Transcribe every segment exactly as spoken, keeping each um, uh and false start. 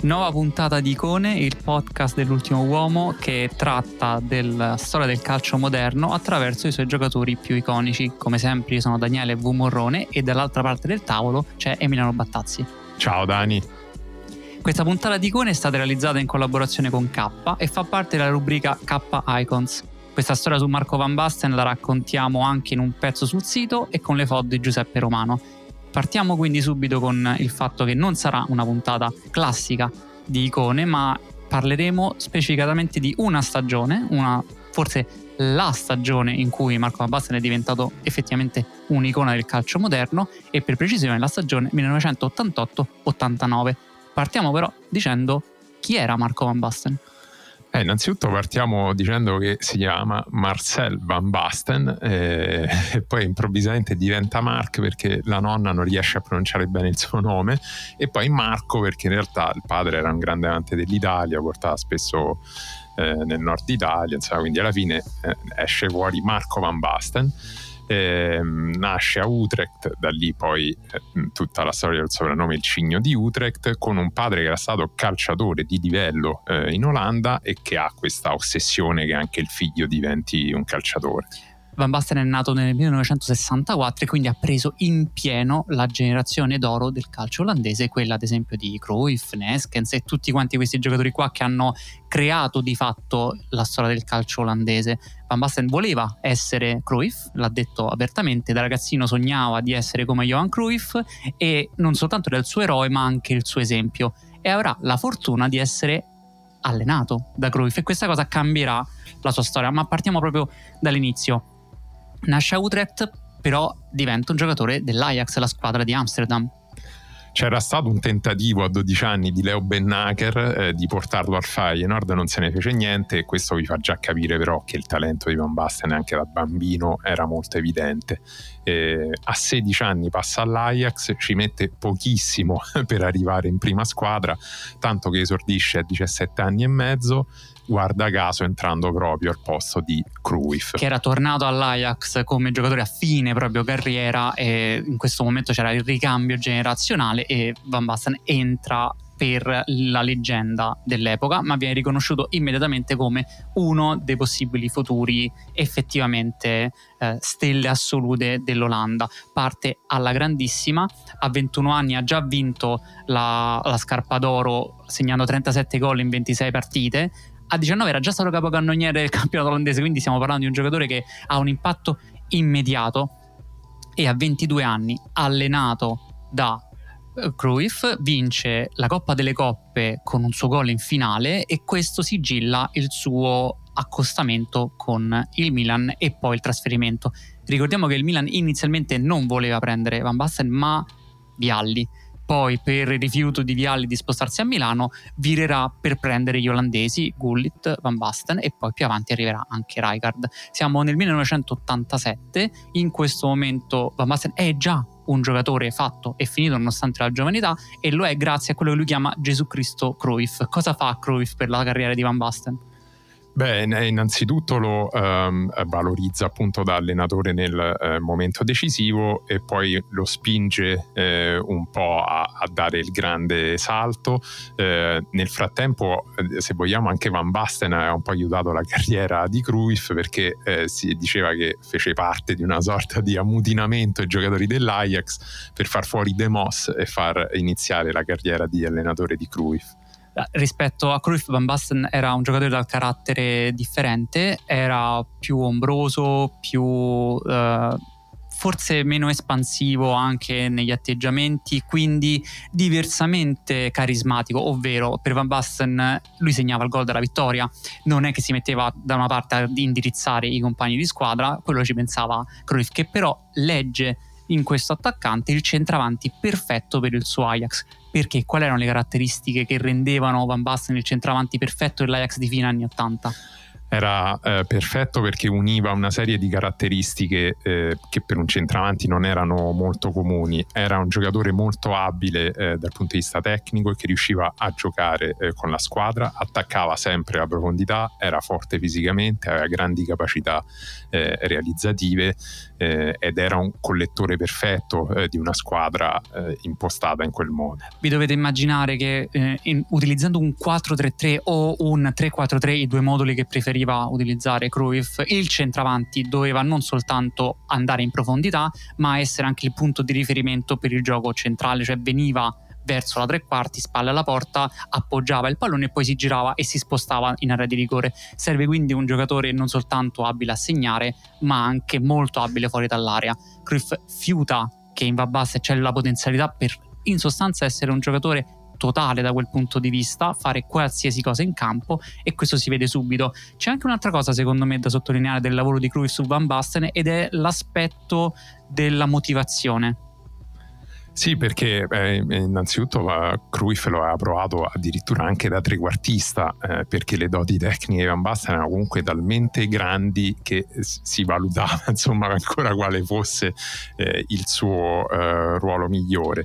Nuova puntata di Icone, il podcast dell'ultimo uomo che tratta della storia del calcio moderno attraverso i suoi giocatori più iconici. Come sempre io sono Daniele V. Morrone e dall'altra parte del tavolo c'è Emiliano Battazzi. Ciao Dani. Questa puntata di Icone è stata realizzata in collaborazione con K e fa parte della rubrica K Icons. Questa storia su Marco Van Basten la raccontiamo anche in un pezzo sul sito e con le foto di Giuseppe Romano. Partiamo quindi subito con il fatto che non sarà una puntata classica di Icone, ma parleremo specificatamente di una stagione, una forse la stagione in cui Marco Van Basten è diventato effettivamente un'icona del calcio moderno, e per precisione la stagione millenovecentottantotto ottantanove. Partiamo però dicendo chi era Marco Van Basten. Eh, innanzitutto partiamo dicendo che si chiama Marcel Van Basten eh, e poi improvvisamente diventa Marc perché la nonna non riesce a pronunciare bene il suo nome, e poi Marco perché in realtà il padre era un grande amante dell'Italia, portava spesso eh, nel nord Italia, insomma, quindi alla fine eh, esce fuori Marco Van Basten. Eh, nasce a Utrecht, da lì poi eh, tutta la storia del soprannome il Cigno di Utrecht, con un padre che era stato calciatore di livello eh, in Olanda e che ha questa ossessione che anche il figlio diventi un calciatore. Van Basten è nato nel millenovecentosessantaquattro e quindi ha preso in pieno la generazione d'oro del calcio olandese, quella ad esempio di Cruyff, Neskens e tutti quanti questi giocatori qua che hanno creato di fatto la storia del calcio olandese. Van Basten voleva essere Cruyff, l'ha detto apertamente, da ragazzino sognava di essere come Johan Cruyff e non soltanto era il suo eroe ma anche il suo esempio, e avrà la fortuna di essere allenato da Cruyff e questa cosa cambierà la sua storia. Ma partiamo proprio dall'inizio. Nasce a Utrecht, però diventa un giocatore dell'Ajax, la squadra di Amsterdam. C'era stato un tentativo a dodici anni di Leo Bennaker eh, di portarlo al Feyenoord, non se ne fece niente, e questo vi fa già capire però che il talento di Van Basten anche da bambino era molto evidente. Eh, a sedici anni passa all'Ajax, ci mette pochissimo per arrivare in prima squadra, tanto che esordisce a diciassette anni e mezzo, guarda caso entrando proprio al posto di Cruyff, che era tornato all'Ajax come giocatore a fine proprio carriera, e in questo momento c'era il ricambio generazionale e Van Basten entra per la leggenda dell'epoca, ma viene riconosciuto immediatamente come uno dei possibili futuri effettivamente eh, stelle assolute dell'Olanda. Parte alla grandissima, a ventuno anni ha già vinto la, la scarpa d'oro segnando trentasette gol in ventisei partite. A diciannove era già stato capocannoniere del campionato olandese, quindi stiamo parlando di un giocatore che ha un impatto immediato, e a ventidue anni, allenato da Cruyff, vince la Coppa delle Coppe con un suo gol in finale, e questo sigilla il suo accostamento con il Milan e poi il trasferimento. Ricordiamo che il Milan inizialmente non voleva prendere Van Basten ma Vialli. Poi, per il rifiuto di Vialli di spostarsi a Milano, virerà per prendere gli olandesi Gullit, Van Basten, e poi più avanti arriverà anche Rijkaard. Siamo nel millenovecentottantasette, in questo momento Van Basten è già un giocatore fatto e finito nonostante la giovane età, e lo è grazie a quello che lui chiama Gesù Cristo Cruyff. Cosa fa Cruyff per la carriera di Van Basten? Beh, innanzitutto lo um, valorizza appunto da allenatore nel uh, momento decisivo, e poi lo spinge eh, un po' a, a dare il grande salto. Eh, nel frattempo, se vogliamo, anche Van Basten ha un po' aiutato la carriera di Cruyff, perché eh, si diceva che fece parte di una sorta di ammutinamento ai giocatori dell'Ajax per far fuori De Mos e far iniziare la carriera di allenatore di Cruyff. Rispetto a Cruyff, Van Basten era un giocatore dal carattere differente, era più ombroso, più eh, forse meno espansivo anche negli atteggiamenti, quindi diversamente carismatico, ovvero per Van Basten lui segnava il gol della vittoria, non è che si metteva da una parte ad indirizzare i compagni di squadra, quello ci pensava Cruyff, che però legge in questo attaccante il centravanti perfetto per il suo Ajax. Perché? Quali erano le caratteristiche che rendevano Van Basten il centravanti perfetto dell'Ajax di fine anni ottanta? Era eh, perfetto perché univa una serie di caratteristiche eh, che per un centravanti non erano molto comuni. Era un giocatore molto abile eh, dal punto di vista tecnico e che riusciva a giocare eh, con la squadra, attaccava sempre la profondità, era forte fisicamente, aveva grandi capacità eh, realizzative eh, ed era un collettore perfetto eh, di una squadra eh, impostata in quel modo. Vi dovete immaginare che eh, in, utilizzando un quattro tre tre o un tre quattro tre, i due moduli che preferiva utilizzare Cruyff, il centravanti doveva non soltanto andare in profondità ma essere anche il punto di riferimento per il gioco centrale, cioè veniva verso la tre quarti, spalle alla porta, appoggiava il pallone e poi si girava e si spostava in area di rigore. Serve quindi un giocatore non soltanto abile a segnare ma anche molto abile fuori dall'area. Cruyff fiuta che in Van Basten c'è la potenzialità per in sostanza essere un giocatore totale da quel punto di vista, fare qualsiasi cosa in campo, e questo si vede subito. C'è anche un'altra cosa secondo me da sottolineare del lavoro di Cruyff su Van Basten ed è l'aspetto della motivazione. Sì, perché eh, innanzitutto uh, Cruyff lo aveva provato addirittura anche da trequartista, eh, perché le doti tecniche di Van Basten erano comunque talmente grandi che si valutava insomma ancora quale fosse eh, il suo eh, ruolo migliore.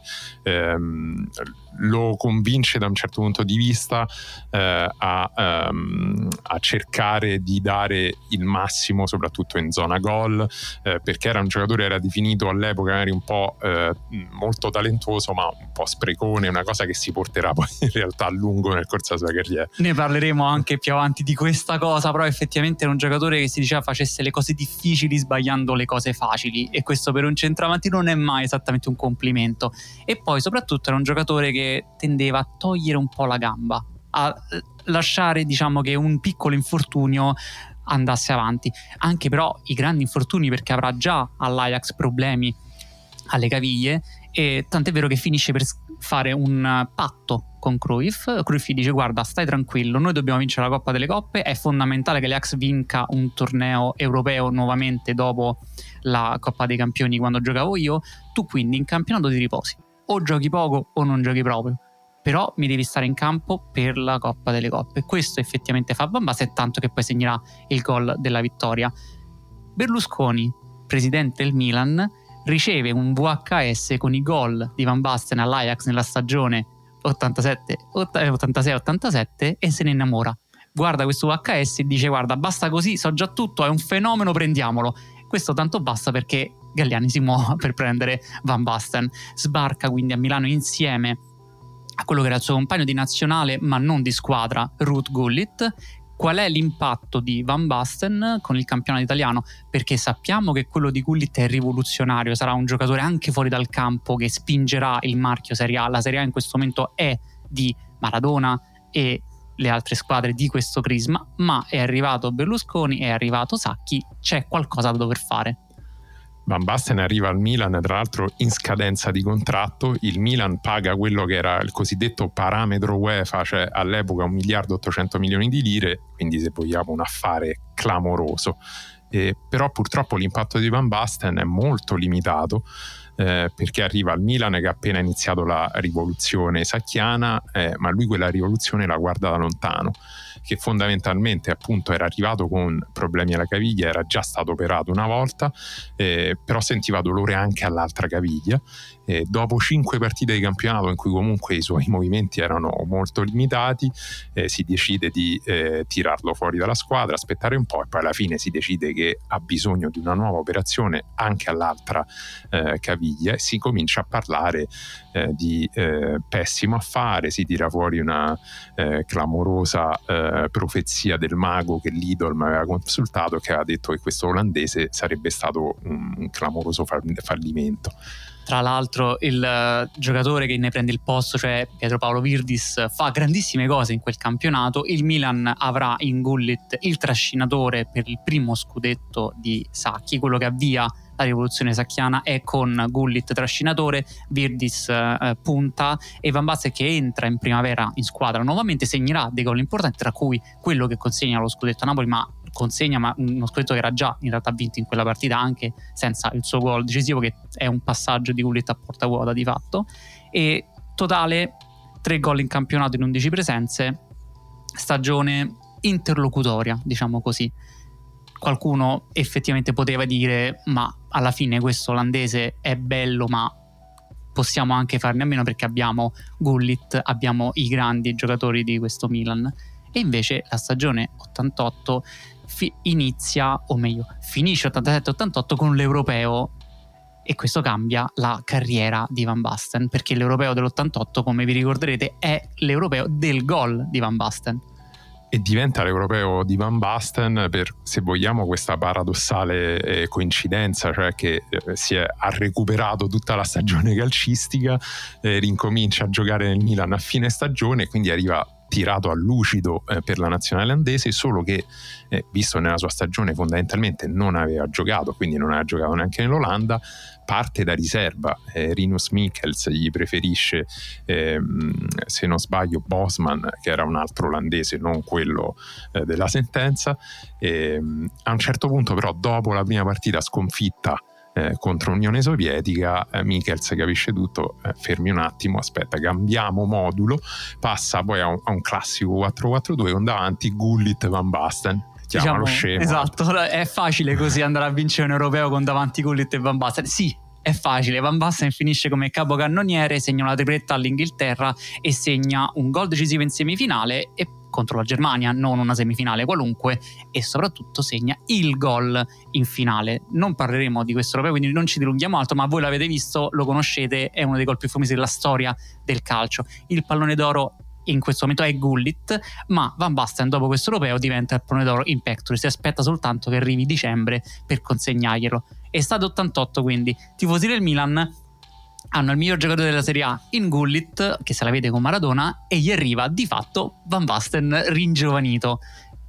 Ehm, lo convince da un certo punto di vista eh, a, um, a cercare di dare il massimo soprattutto in zona gol, eh, perché era un giocatore, era definito all'epoca magari un po' eh, molto talentuoso ma un po' sprecone, una cosa che si porterà poi in realtà a lungo nel corso della sua carriera. Ne parleremo anche più avanti di questa cosa, però effettivamente era un giocatore che si diceva facesse le cose difficili sbagliando le cose facili, e questo per un centravanti non è mai esattamente un complimento. E poi soprattutto era un giocatore che tendeva a togliere un po' la gamba, a lasciare diciamo che un piccolo infortunio andasse avanti, anche però i grandi infortuni, perché avrà già all'Ajax problemi alle caviglie, e tant'è vero che finisce per fare un patto con Cruyff. Cruyff gli dice: guarda, stai tranquillo, noi dobbiamo vincere la Coppa delle Coppe, è fondamentale che l'Ajax vinca un torneo europeo nuovamente dopo la Coppa dei Campioni quando giocavo io, tu quindi in campionato ti riposi, o giochi poco o non giochi proprio, però mi devi stare in campo per la Coppa delle Coppe. Questo effettivamente fa Van Basten, tanto che poi segnerà il gol della vittoria. Berlusconi, presidente del Milan, riceve un V H S con i gol di Van Basten all'Ajax nella stagione ottantasette, ottantasei ottantasette e se ne innamora. Guarda questo V H S e dice: guarda, basta così, so già tutto, è un fenomeno, prendiamolo. Questo tanto basta perché Galliani si muove per prendere Van Basten. Sbarca quindi a Milano insieme a quello che era il suo compagno di nazionale ma non di squadra, Ruud Gullit. Qual è l'impatto di Van Basten con il campionato italiano? Perché sappiamo che quello di Gullit è rivoluzionario, sarà un giocatore anche fuori dal campo che spingerà il marchio Serie A. La Serie A in questo momento è di Maradona e le altre squadre di questo crisma, ma è arrivato Berlusconi, è arrivato Sacchi, c'è qualcosa da dover fare. Van Basten arriva al Milan tra l'altro in scadenza di contratto, il Milan paga quello che era il cosiddetto parametro UEFA, cioè all'epoca un miliardo ottocento milioni di lire, quindi se vogliamo un affare clamoroso. Eh, però purtroppo l'impatto di Van Basten è molto limitato, eh, perché arriva al Milan che ha appena iniziato la rivoluzione sacchiana, eh, ma lui quella rivoluzione la guarda da lontano, che fondamentalmente appunto era arrivato con problemi alla caviglia, era già stato operato una volta, eh, però sentiva dolore anche all'altra caviglia. Eh, dopo cinque partite di campionato in cui comunque i suoi movimenti erano molto limitati, eh, si decide di eh, tirarlo fuori dalla squadra, aspettare un po' e poi alla fine si decide che ha bisogno di una nuova operazione anche all'altra eh, caviglia, e si comincia a parlare eh, di eh, pessimo affare, si tira fuori una eh, clamorosa eh, profezia del mago che l'Idol aveva consultato, che aveva detto che questo olandese sarebbe stato un, un clamoroso fallimento. Tra l'altro il uh, giocatore che ne prende il posto, cioè Pietro Paolo Virdis, fa grandissime cose in quel campionato. Il Milan avrà in Gullit il trascinatore per il primo scudetto di Sacchi, quello che avvia la rivoluzione sacchiana è con Gullit trascinatore, Virdis uh, punta, e Van Basten che entra in primavera in squadra nuovamente segnerà dei gol importanti, tra cui quello che consegna lo scudetto a Napoli, ma consegna ma uno scudetto che era già in realtà vinto in quella partita anche senza il suo gol decisivo, che è un passaggio di Gullit a porta vuota di fatto. E totale tre gol in campionato in undici presenze, stagione interlocutoria, diciamo così. Qualcuno effettivamente poteva dire ma alla fine questo olandese è bello, ma possiamo anche farne a meno perché abbiamo Gullit, abbiamo i grandi giocatori di questo Milan. E invece la stagione ottantotto fi- inizia, o meglio finisce ottantasette ottantotto con l'Europeo, e questo cambia la carriera di Van Basten, perché l'Europeo dell'ottantotto, come vi ricorderete, è l'Europeo del gol di Van Basten. E diventa l'Europeo di Van Basten per, se vogliamo, questa paradossale eh, coincidenza, cioè che eh, si è ha recuperato tutta la stagione calcistica, eh, rincomincia a giocare nel Milan a fine stagione, quindi arriva tirato a lucido eh, per la nazionale olandese, solo che eh, visto nella sua stagione fondamentalmente non aveva giocato, quindi non aveva giocato neanche nell'Olanda, parte da riserva. eh, Rinus Michels gli preferisce eh, se non sbaglio Bosman, che era un altro olandese, non quello eh, della sentenza. E, a un certo punto però, dopo la prima partita sconfitta Eh, contro l'Unione Sovietica, eh, Michels capisce tutto, eh, fermi un attimo, aspetta, cambiamo modulo, passa poi a un, a un classico quattro quattro due con davanti Gullit Van Basten. Chiamalo Diciamo, scemo. esatto, è facile così andare a vincere un europeo con davanti Gullit e Van Basten. Sì, è facile. Van Basten finisce come capocannoniere, segna una tripletta all'Inghilterra e segna un gol decisivo in semifinale e contro la Germania, non una semifinale qualunque, e soprattutto segna il gol in finale. Non parleremo di questo europeo, quindi non ci dilunghiamo altro, ma voi l'avete visto, lo conoscete, è uno dei gol più famosi della storia del calcio. Il pallone d'oro in questo momento è Gullit, ma Van Basten dopo questo europeo diventa il pallone d'oro in pectore, si aspetta soltanto che arrivi dicembre per consegnarglielo. Estate ottantotto, quindi tifosi del Milan hanno il miglior giocatore della Serie A in Gullit, che se la vede con Maradona, e gli arriva di fatto Van Basten ringiovanito.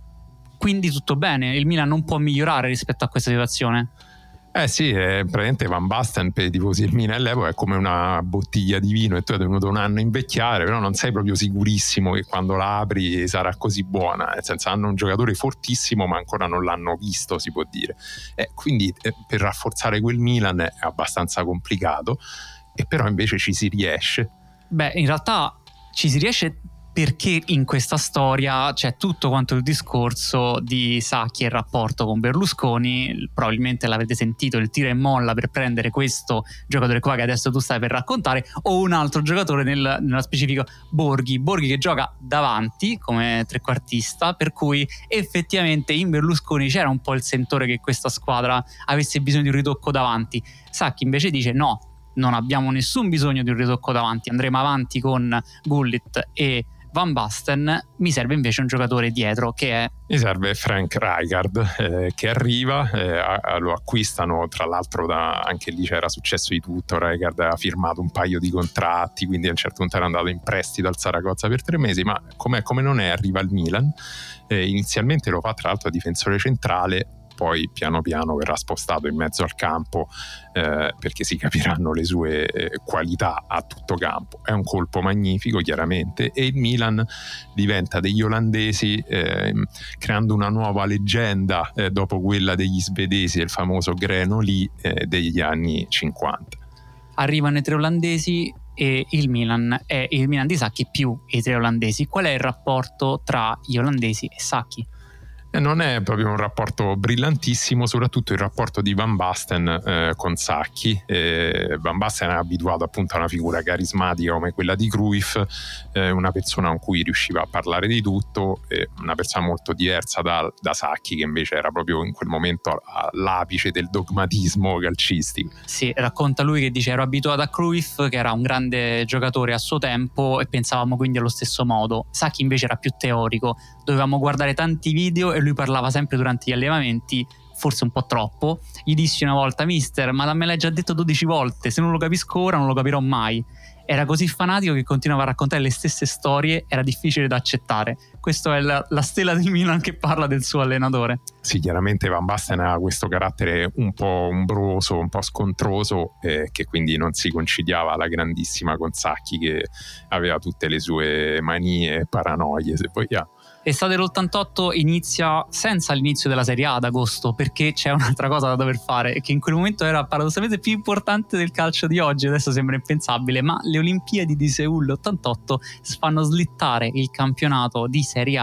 Quindi tutto bene, il Milan non può migliorare rispetto a questa situazione. Eh sì, è, praticamente Van Basten per i tifosi del Milan all'epoca è come una bottiglia di vino e tu hai tenuto un anno a invecchiare, però non sei proprio sicurissimo che quando la apri sarà così buona, nel senso hanno un giocatore fortissimo ma ancora non l'hanno visto, si può dire. Eh, quindi eh, per rafforzare quel Milan è abbastanza complicato, e però invece ci si riesce. Beh, in realtà ci si riesce perché in questa storia c'è tutto quanto il discorso di Sacchi e il rapporto con Berlusconi. Probabilmente l'avrete sentito, il tira e molla per prendere questo giocatore qua che adesso tu stai per raccontare, o un altro giocatore, nel, nello specifico Borghi Borghi che gioca davanti come trequartista, per cui effettivamente in Berlusconi c'era un po' il sentore che questa squadra avesse bisogno di un ritocco davanti. Sacchi invece dice no, non abbiamo nessun bisogno di un ritocco davanti, andremo avanti con Gullit e Van Basten, mi serve invece un giocatore dietro che è... Mi serve Frank Rijkaard, eh, che arriva, eh, lo acquistano, tra l'altro da, anche lì c'era successo di tutto, Rijkaard ha firmato un paio di contratti, quindi a un certo punto era andato in prestito al Saragozza per tre mesi, ma com'è come non è arriva al Milan, eh, inizialmente lo fa tra l'altro a difensore centrale, poi piano piano verrà spostato in mezzo al campo, eh, perché si capiranno le sue eh, qualità a tutto campo. È un colpo magnifico chiaramente, e il Milan diventa degli olandesi, eh, creando una nuova leggenda eh, dopo quella degli svedesi, il famoso Grenoli eh, degli anni cinquanta. Arrivano i tre olandesi e il Milan è il Milan di Sacchi più i tre olandesi. Qual è il rapporto tra gli olandesi e Sacchi? Non è proprio un rapporto brillantissimo, soprattutto il rapporto di Van Basten eh, con Sacchi. Eh, Van Basten è abituato appunto a una figura carismatica come quella di Cruyff, eh, una persona con cui riusciva a parlare di tutto, eh, una persona molto diversa da, da Sacchi, che invece era proprio in quel momento all'apice del dogmatismo calcistico. Sì, racconta lui che dice: ero abituato a Cruyff, che era un grande giocatore a suo tempo, e pensavamo quindi allo stesso modo. Sacchi invece era più teorico, dovevamo guardare tanti video e lui parlava sempre durante gli allenamenti, forse un po' troppo. Gli dissi una volta: mister, ma me l'hai già detto dodici volte, se non lo capisco ora non lo capirò mai. Era così fanatico che continuava a raccontare le stesse storie, era difficile da accettare. Questa è la, la stella del Milan che parla del suo allenatore. Sì, chiaramente Van Basten ha questo carattere un po' ombroso, un po' scontroso, eh, che quindi non si conciliava alla grandissima con Sacchi, che aveva tutte le sue manie e paranoie, se vogliamo. Estate dell'ottantotto inizia senza l'inizio della Serie A ad agosto, perché c'è un'altra cosa da dover fare, che in quel momento era paradossalmente più importante del calcio di oggi. Adesso sembra impensabile, ma le Olimpiadi di Seul ottantotto fanno slittare il campionato di Serie A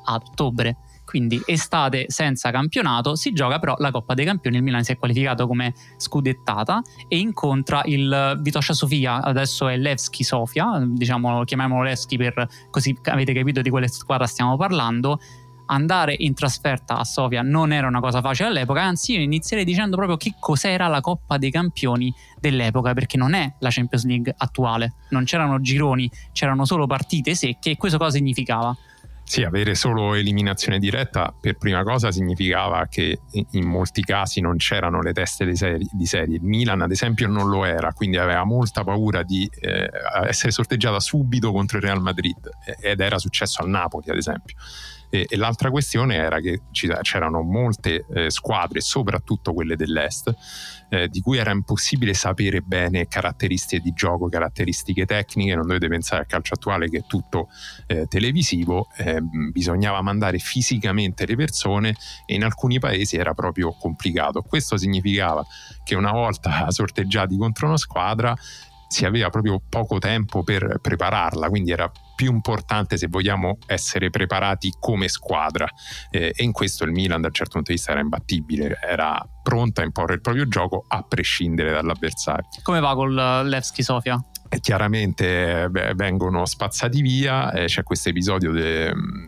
ad ottobre. Quindi estate senza campionato, si gioca però la Coppa dei Campioni. Il Milan si è qualificato come scudettata e incontra il Vitória Sofia, adesso è Levski Sofia, diciamo, chiamiamolo Levski per così avete capito di quale squadra stiamo parlando. Andare in trasferta a Sofia non era una cosa facile all'epoca, anzi io inizierei dicendo proprio che cos'era la Coppa dei Campioni dell'epoca, perché non è la Champions League attuale, non c'erano gironi, c'erano solo partite secche. E questo cosa significava? Sì, avere solo eliminazione diretta per prima cosa significava che in molti casi non c'erano le teste di serie, di serie. Il Milan ad esempio non lo era, quindi aveva molta paura di eh, essere sorteggiata subito contro il Real Madrid, ed era successo al Napoli ad esempio. E, e l'altra questione era che c'erano molte eh, squadre, soprattutto quelle dell'est, eh, di cui era impossibile sapere bene caratteristiche di gioco, caratteristiche tecniche. Non dovete pensare al calcio attuale che è tutto eh, televisivo, eh, bisognava mandare fisicamente le persone e in alcuni paesi era proprio complicato. Questo significava che una volta sorteggiati contro una squadra si aveva proprio poco tempo per prepararla, quindi era più importante, se vogliamo, essere preparati come squadra, eh, e in questo il Milan dal certo punto di vista era imbattibile, era pronta a imporre il proprio gioco a prescindere dall'avversario. Come va col Levski Sofia? E chiaramente beh, vengono spazzati via, eh, c'è questo episodio de,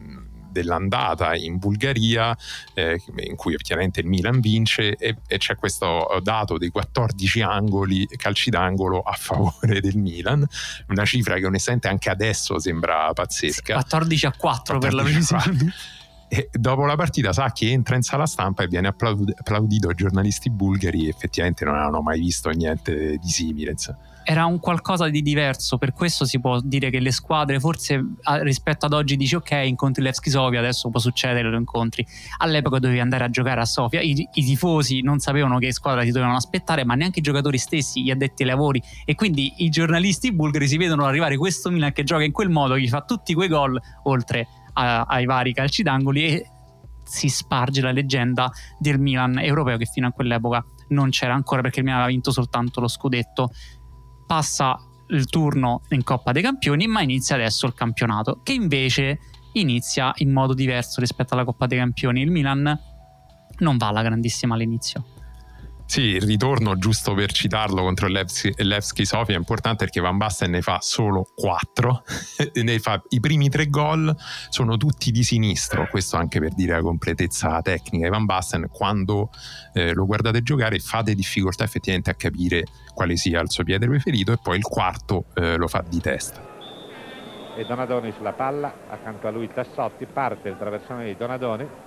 dell'andata in Bulgaria eh, in cui chiaramente il Milan vince e, e c'è questo dato dei quattordici angoli, calci d'angolo a favore del Milan, una cifra che onestamente anche adesso sembra pazzesca. quattordici a quattro per la precisione. E dopo la partita Sacchi entra in sala stampa e viene applaudito ai giornalisti bulgari, effettivamente non avevano mai visto niente di simile, insomma. Era un qualcosa di diverso, per questo si può dire che le squadre forse rispetto ad oggi dici ok, incontri Levski Sofia, adesso può succedere, lo incontri. All'epoca dovevi andare a giocare a Sofia, I, i tifosi non sapevano che squadra ti dovevano aspettare, ma neanche i giocatori stessi, gli addetti ai lavori, e quindi i giornalisti bulgari si vedono arrivare questo Milan che gioca in quel modo, che fa tutti quei gol oltre a, ai vari calci d'angoli, e si sparge la leggenda del Milan europeo che fino a quell'epoca non c'era ancora, perché il Milan aveva vinto soltanto lo scudetto. Passa il turno in Coppa dei Campioni, ma inizia adesso il campionato, che invece inizia in modo diverso rispetto alla Coppa dei Campioni. Il Milan non va alla grandissima all'inizio. Sì, il ritorno, giusto per citarlo, contro il Levski, Levski Sofia è importante perché Van Basten ne fa solo quattro ne fa i primi tre gol sono tutti di sinistro, questo anche per dire la completezza tecnica di Van Basten. Quando eh, lo guardate giocare fate difficoltà effettivamente a capire quale sia il suo piede preferito, e poi il quarto eh, lo fa di testa. E Donadoni sulla palla, accanto a lui Tassotti, parte il traversone di Donadoni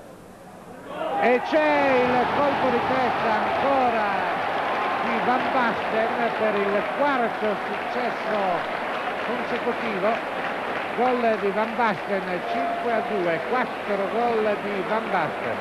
e c'è il colpo di testa ancora di Van Basten per il quarto successo consecutivo. Gol di Van Basten, cinque a due, quattro gol di Van Basten.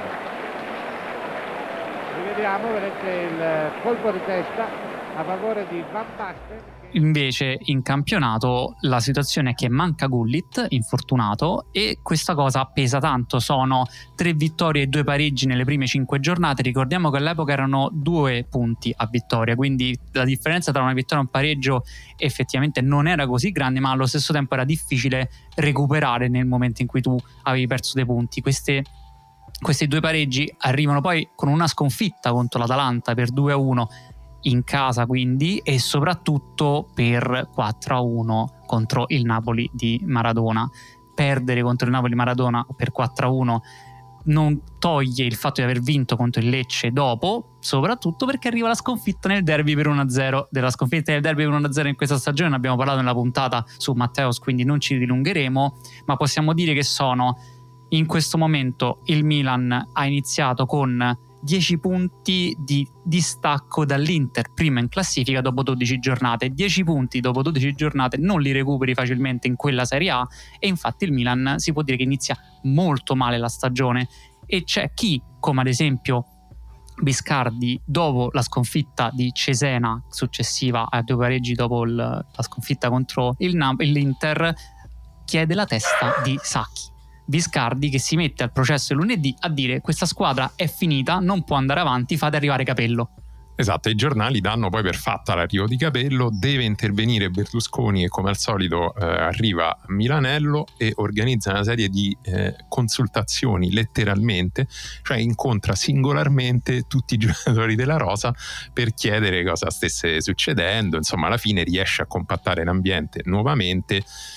Rivediamo, vedete il colpo di testa a favore di Van Basten. Invece in campionato la situazione è che manca Gullit, infortunato, e questa cosa pesa tanto. Sono tre vittorie e due pareggi nelle prime cinque giornate. Ricordiamo che all'epoca erano due punti a vittoria, quindi la differenza tra una vittoria e un pareggio effettivamente non era così grande, ma allo stesso tempo era difficile recuperare nel momento in cui tu avevi perso dei punti. Queste Questi due pareggi arrivano poi con una sconfitta contro l'Atalanta per due a uno in casa, quindi, e soprattutto per quattro a uno contro il Napoli di Maradona. Perdere contro il Napoli di Maradona per quattro a uno non toglie il fatto di aver vinto contro il Lecce dopo, soprattutto perché arriva la sconfitta nel derby per uno a zero. Della sconfitta nel derby per uno a zero in questa stagione ne abbiamo parlato nella puntata su Matteos, quindi non ci dilungheremo, ma possiamo dire che sono in questo momento il Milan ha iniziato con dieci punti di distacco dall'Inter, prima in classifica dopo dodici giornate. dieci punti dopo dodici giornate non li recuperi facilmente in quella Serie A, e infatti il Milan si può dire che inizia molto male la stagione, e c'è chi, come ad esempio Biscardi, dopo la sconfitta di Cesena successiva a due pareggi dopo il, la sconfitta contro il Nap- l'Inter, chiede la testa di Sacchi. Biscardi che si mette al processo il lunedì a dire: questa squadra è finita, non può andare avanti, fate arrivare Capello. Esatto, i giornali danno poi per fatta l'arrivo di Capello, deve intervenire Berlusconi che come al solito eh, arriva a Milanello e organizza una serie di eh, consultazioni letteralmente, cioè incontra singolarmente tutti i giocatori della rosa per chiedere cosa stesse succedendo, insomma alla fine riesce a compattare l'ambiente nuovamente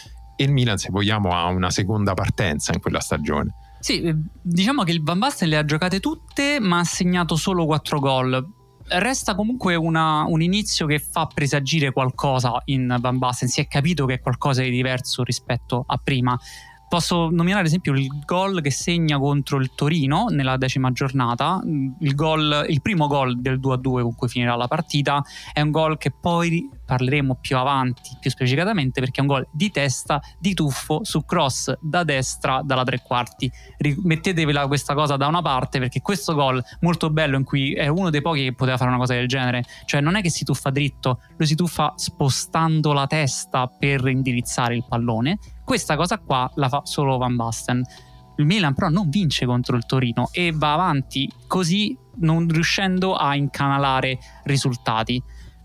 e il Milan, se vogliamo, ha una seconda partenza in quella stagione. Sì, diciamo che il Van Basten le ha giocate tutte ma ha segnato solo quattro gol. Resta comunque una, un inizio che fa presagire qualcosa in Van Basten, si è capito che è qualcosa di diverso rispetto a prima. Posso nominare ad esempio il gol che segna contro il Torino nella decima giornata, il, gol, il primo gol del due a due con cui finirà la partita, è un gol che poi parleremo più avanti, più specificatamente, perché è un gol di testa, di tuffo, su cross da destra dalla tre quarti. Mettetevela questa cosa da una parte, perché questo gol molto bello, in cui è uno dei pochi che poteva fare una cosa del genere, cioè non è che si tuffa dritto, lui si tuffa spostando la testa per indirizzare il pallone. Questa cosa qua la fa solo Van Basten. Il Milan però non vince contro il Torino e va avanti così, non riuscendo a incanalare risultati.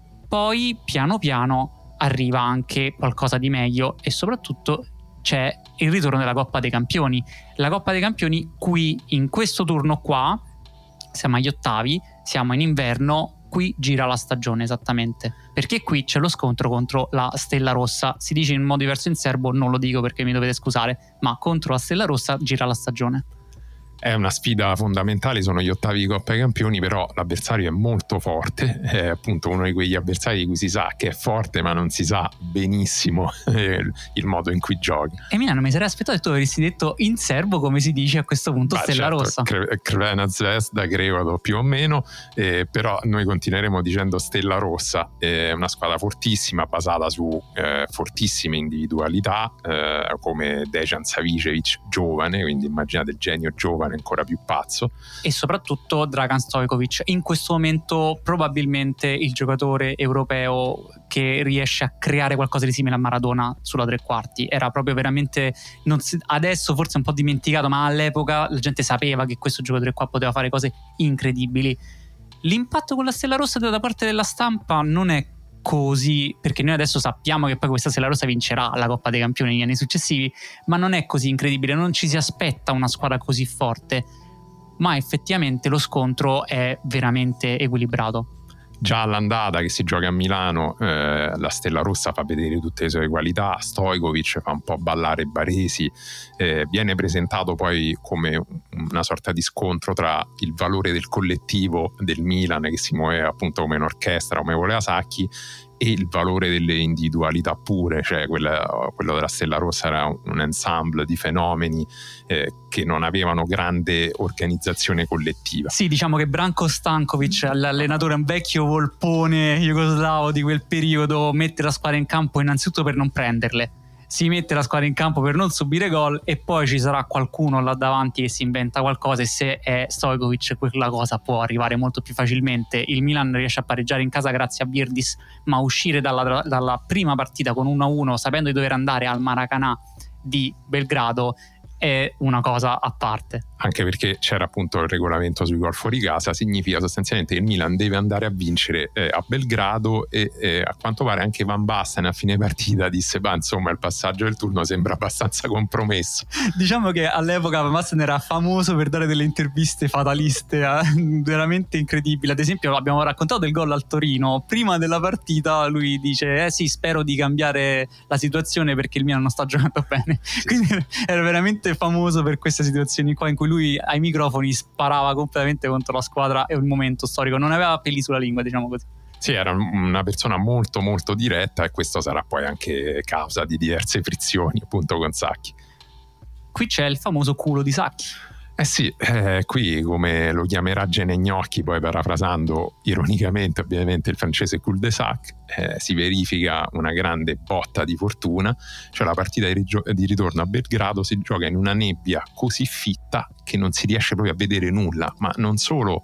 Poi piano piano arriva anche qualcosa di meglio e soprattutto c'è il ritorno della Coppa dei Campioni. La Coppa dei Campioni qui, in questo turno qua, siamo agli ottavi, siamo in inverno, qui gira la stagione esattamente, perché qui c'è lo scontro contro la Stella Rossa. Si dice in modo diverso in serbo, non lo dico perché mi dovete scusare, ma contro la Stella Rossa gira la stagione. È una sfida fondamentale, sono gli ottavi di Coppa dei Campioni, però l'avversario è molto forte, è appunto uno di quegli avversari di cui si sa che è forte ma non si sa benissimo il modo in cui gioca. E Milano mi sarei aspettato che tu avessi detto in serbo come si dice a questo punto. Bah, Stella certo, Rossa Crvena Zvezda credo più o meno, eh, però noi continueremo dicendo Stella Rossa. È una squadra fortissima, basata su eh, fortissime individualità, eh, come Dejan Savicevic giovane, quindi immaginate il genio giovane ancora più pazzo, e soprattutto Dragan Stojkovic, in questo momento probabilmente il giocatore europeo che riesce a creare qualcosa di simile a Maradona sulla tre quarti. Era proprio veramente, non si, adesso forse un po' dimenticato, ma all'epoca la gente sapeva che questo giocatore qua poteva fare cose incredibili. L'impatto con la Stella Rossa da parte della stampa non è così, perché noi adesso sappiamo che poi questa Stella Rossa vincerà la Coppa dei Campioni negli anni successivi, ma non è così incredibile, non ci si aspetta una squadra così forte, ma effettivamente lo scontro è veramente equilibrato. Già all'andata, che si gioca a Milano, eh, la Stella Rossa fa vedere tutte le sue qualità, Stojkovic fa un po' ballare Baresi, eh, viene presentato poi come una sorta di scontro tra il valore del collettivo del Milan, che si muoveva appunto come un'orchestra, come voleva Sacchi, e il valore delle individualità pure, cioè quella, quello della Stella Rossa era un ensemble di fenomeni eh, che non avevano grande organizzazione collettiva. Sì, diciamo che Branko Stankovic, l'allenatore, un vecchio volpone jugoslavo di quel periodo, mette la squadra in campo innanzitutto per non prenderle, si mette la squadra in campo per non subire gol, e poi ci sarà qualcuno là davanti che si inventa qualcosa, e se è Stojkovic quella cosa può arrivare molto più facilmente. Il Milan riesce a pareggiare in casa grazie a Virdis, ma uscire dalla, dalla prima partita con uno a uno sapendo di dover andare al Maracanã di Belgrado è una cosa a parte. Anche perché c'era appunto il regolamento sui gol fuori casa, significa sostanzialmente che il Milan deve andare a vincere eh, a Belgrado, e eh, a quanto pare anche Van Basten a fine partita disse: ma insomma il passaggio del turno sembra abbastanza compromesso. Diciamo che all'epoca Van Basten era famoso per dare delle interviste fataliste, eh, veramente incredibili. Ad esempio abbiamo raccontato del gol al Torino, prima della partita lui dice eh sì, spero di cambiare la situazione perché il Milan non sta giocando bene. Quindi era veramente famoso per queste situazioni qua in cui lui ai microfoni sparava completamente contro la squadra e il momento storico, non aveva peli sulla lingua, diciamo così. Sì, era una persona molto molto diretta, e questo sarà poi anche causa di diverse frizioni appunto con Sacchi. Qui c'è il famoso culo di Sacchi. Eh sì, eh, qui come lo chiamerà Gene Gnocchi, poi parafrasando ironicamente ovviamente il francese cul-de-sac, eh, si verifica una grande botta di fortuna, cioè la partita di, rigio- di ritorno a Belgrado si gioca in una nebbia così fitta che non si riesce proprio a vedere nulla, ma non solo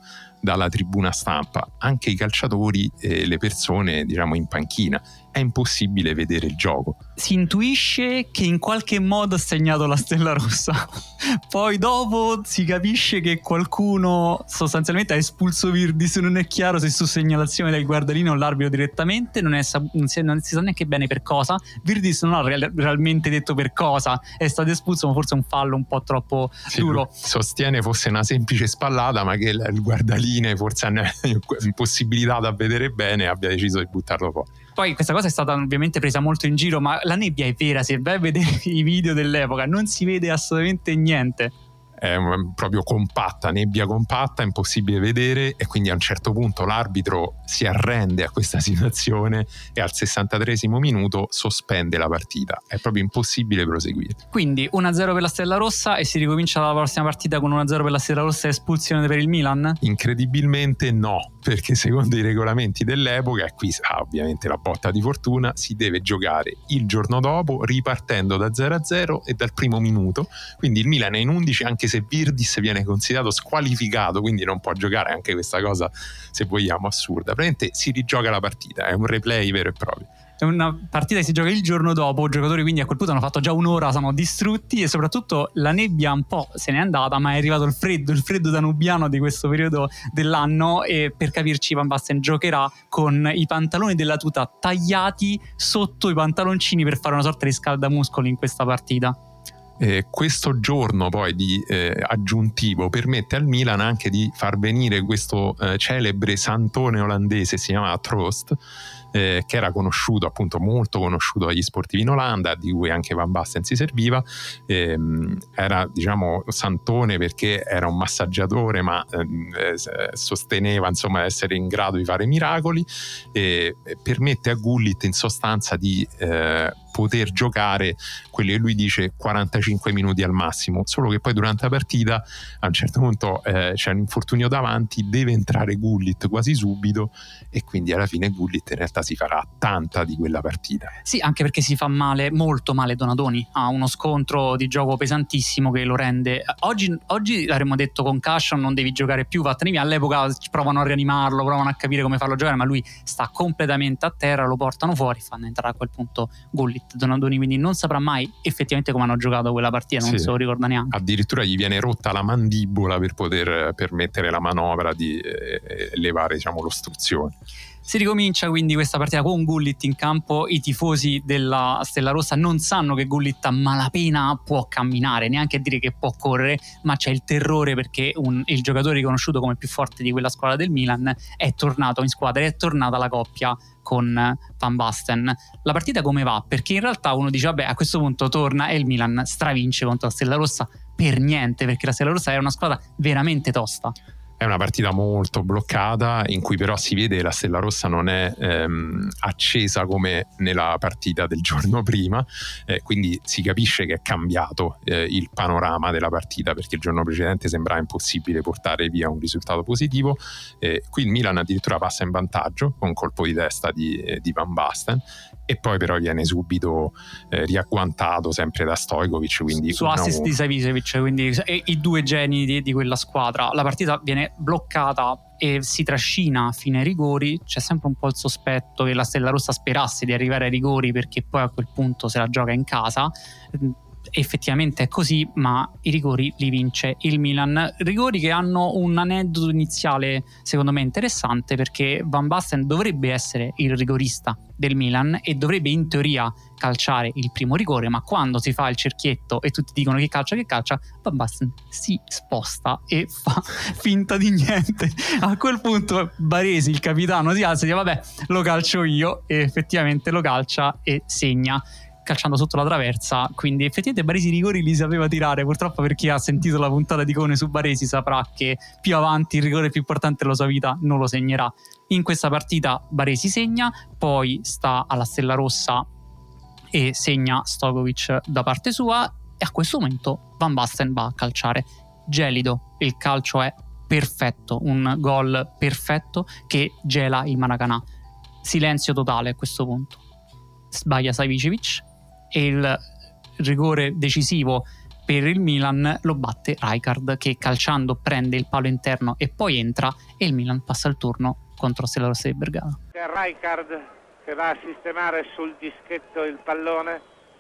dalla tribuna stampa, anche i calciatori e le persone, diciamo, in panchina. È impossibile vedere il gioco. Si intuisce che in qualche modo ha segnato la stella rossa, poi dopo si capisce che qualcuno sostanzialmente ha espulso Virdis. Non è chiaro se su segnalazione del guardalino o l'arbitro direttamente, non, è, non, si, non si sa neanche bene per cosa. Virdis non ha real, realmente detto per cosa è stato espulso, ma forse è un fallo un po' troppo sì, duro. Sostiene fosse una semplice spallata, ma che il, il guardaline, forse impossibilitato a vedere bene, abbia deciso di buttarlo fuori. Poi questa cosa è stata ovviamente presa molto in giro, ma la nebbia è vera. Se vai a vedere i video dell'epoca non si vede assolutamente niente. È proprio compatta, nebbia compatta, impossibile vedere, e quindi a un certo punto l'arbitro si arrende a questa situazione e al sessantatreesimo minuto sospende la partita. È proprio impossibile proseguire. Quindi uno a zero per la Stella Rossa e si ricomincia la prossima partita con uno a zero per la Stella Rossa e espulsione per il Milan? Incredibilmente no, perché secondo i regolamenti dell'epoca, e qui ha ovviamente la botta di fortuna, si deve giocare il giorno dopo ripartendo da zero a zero e dal primo minuto. Quindi il Milan è in undici, anche se Virdis viene considerato squalificato, quindi non può giocare. Anche questa cosa, se vogliamo, assurda. Praticamente si rigioca la partita, è un replay vero e proprio. È una partita che si gioca il giorno dopo, i giocatori quindi a quel punto hanno fatto già un'ora, sono distrutti, e soprattutto la nebbia un po' se n'è andata, ma è arrivato il freddo, il freddo danubiano di questo periodo dell'anno, e per capirci Van Basten giocherà con i pantaloni della tuta tagliati sotto i pantaloncini per fare una sorta di scaldamuscoli in questa partita. Eh, questo giorno poi di eh, aggiuntivo permette al Milan anche di far venire questo eh, celebre santone olandese, si chiama Troost, eh, che era conosciuto, appunto molto conosciuto dagli sportivi in Olanda, di cui anche Van Basten si serviva. Eh, era, diciamo, santone perché era un massaggiatore, ma eh, sosteneva, insomma, di essere in grado di fare miracoli, e permette a Gullit in sostanza di eh, poter giocare quelli che lui dice quarantacinque minuti al massimo, solo che poi durante la partita a un certo punto eh, c'è un infortunio davanti, deve entrare Gullit quasi subito, e quindi alla fine Gullit in realtà si farà tanta di quella partita. Sì, anche perché si fa male, molto male Donadoni, ha uno scontro di gioco pesantissimo che lo rende, oggi, oggi avremmo detto con Cushion non devi giocare più, vattene via. All'epoca provano a rianimarlo, provano a capire come farlo giocare, ma lui sta completamente a terra, lo portano fuori, fanno entrare a quel punto Gullit, Donadoni quindi non saprà mai effettivamente come hanno giocato quella partita, non sì, se lo ricorda neanche. Addirittura gli viene rotta la mandibola per poter permettere la manovra di eh, elevare, diciamo, l'ostruzione. Si ricomincia quindi questa partita con Gullit in campo. I tifosi della Stella Rossa non sanno che Gullit a malapena può camminare, neanche a dire che può correre, ma c'è il terrore perché un, il giocatore riconosciuto come più forte di quella squadra del Milan è tornato in squadra, è tornata la coppia con Van Basten. La partita come va? Perché in realtà uno dice vabbè, a questo punto torna e il Milan stravince contro la Stella Rossa. Per niente, perché la Stella Rossa era una squadra veramente tosta. È una partita molto bloccata, in cui però si vede che la Stella Rossa non è ehm, accesa come nella partita del giorno prima, eh, quindi si capisce che è cambiato eh, il panorama della partita, perché il giorno precedente sembrava impossibile portare via un risultato positivo. Eh, qui il Milan addirittura passa in vantaggio con un colpo di testa di, eh, di Van Basten, e poi però viene subito eh, riagguantato sempre da Stojkovic, quindi su assist di Savicevic, quindi e, i due geni di, di quella squadra. La partita viene bloccata e si trascina a fine ai rigori. C'è sempre un po' il sospetto che la Stella Rossa sperasse di arrivare ai rigori, perché poi a quel punto se la gioca in casa. Effettivamente è così, ma i rigori li vince il Milan. Rigori che hanno un aneddoto iniziale secondo me interessante, perché Van Basten dovrebbe essere il rigorista del Milan e dovrebbe in teoria calciare il primo rigore, ma quando si fa il cerchietto e tutti dicono che calcia che calcia, Van Basten si sposta e fa finta di niente. A quel punto Baresi, il capitano, si alza e dice vabbè, lo calcio io, e effettivamente lo calcia e segna, calciando sotto la traversa. Quindi effettivamente Baresi i rigori li sapeva tirare. Purtroppo, per chi ha sentito la puntata di Cone su Baresi saprà che più avanti il rigore più importante della sua vita non lo segnerà. In questa partita Baresi segna, poi sta alla Stella Rossa e segna Stojkovic da parte sua, e a questo momento Van Basten va a calciare gelido. Il calcio è perfetto, un gol perfetto che gela il Maracanã. Silenzio totale a questo punto. Sbaglia Savicevic e il rigore decisivo per il Milan lo batte Rijkaard, che calciando prende il palo interno e poi entra, e il Milan passa il turno contro Stella Rossa di Bergamo. C'è Rijkaard che va a sistemare sul dischetto il pallone.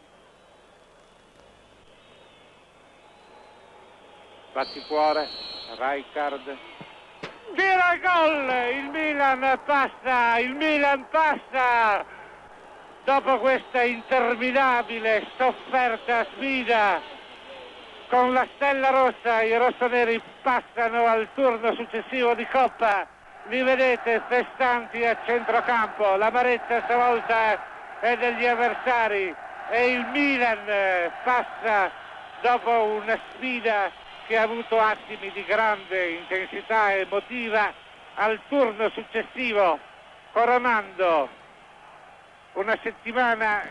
Batticuore, Rijkaard tira il gol, il Milan passa, il Milan passa dopo questa interminabile sofferta sfida con la Stella Rossa. I rossoneri passano al turno successivo di Coppa, li vedete festanti a centrocampo, l'amarezza stavolta è degli avversari e il Milan passa dopo una sfida che ha avuto attimi di grande intensità emotiva al turno successivo, coronando una settimana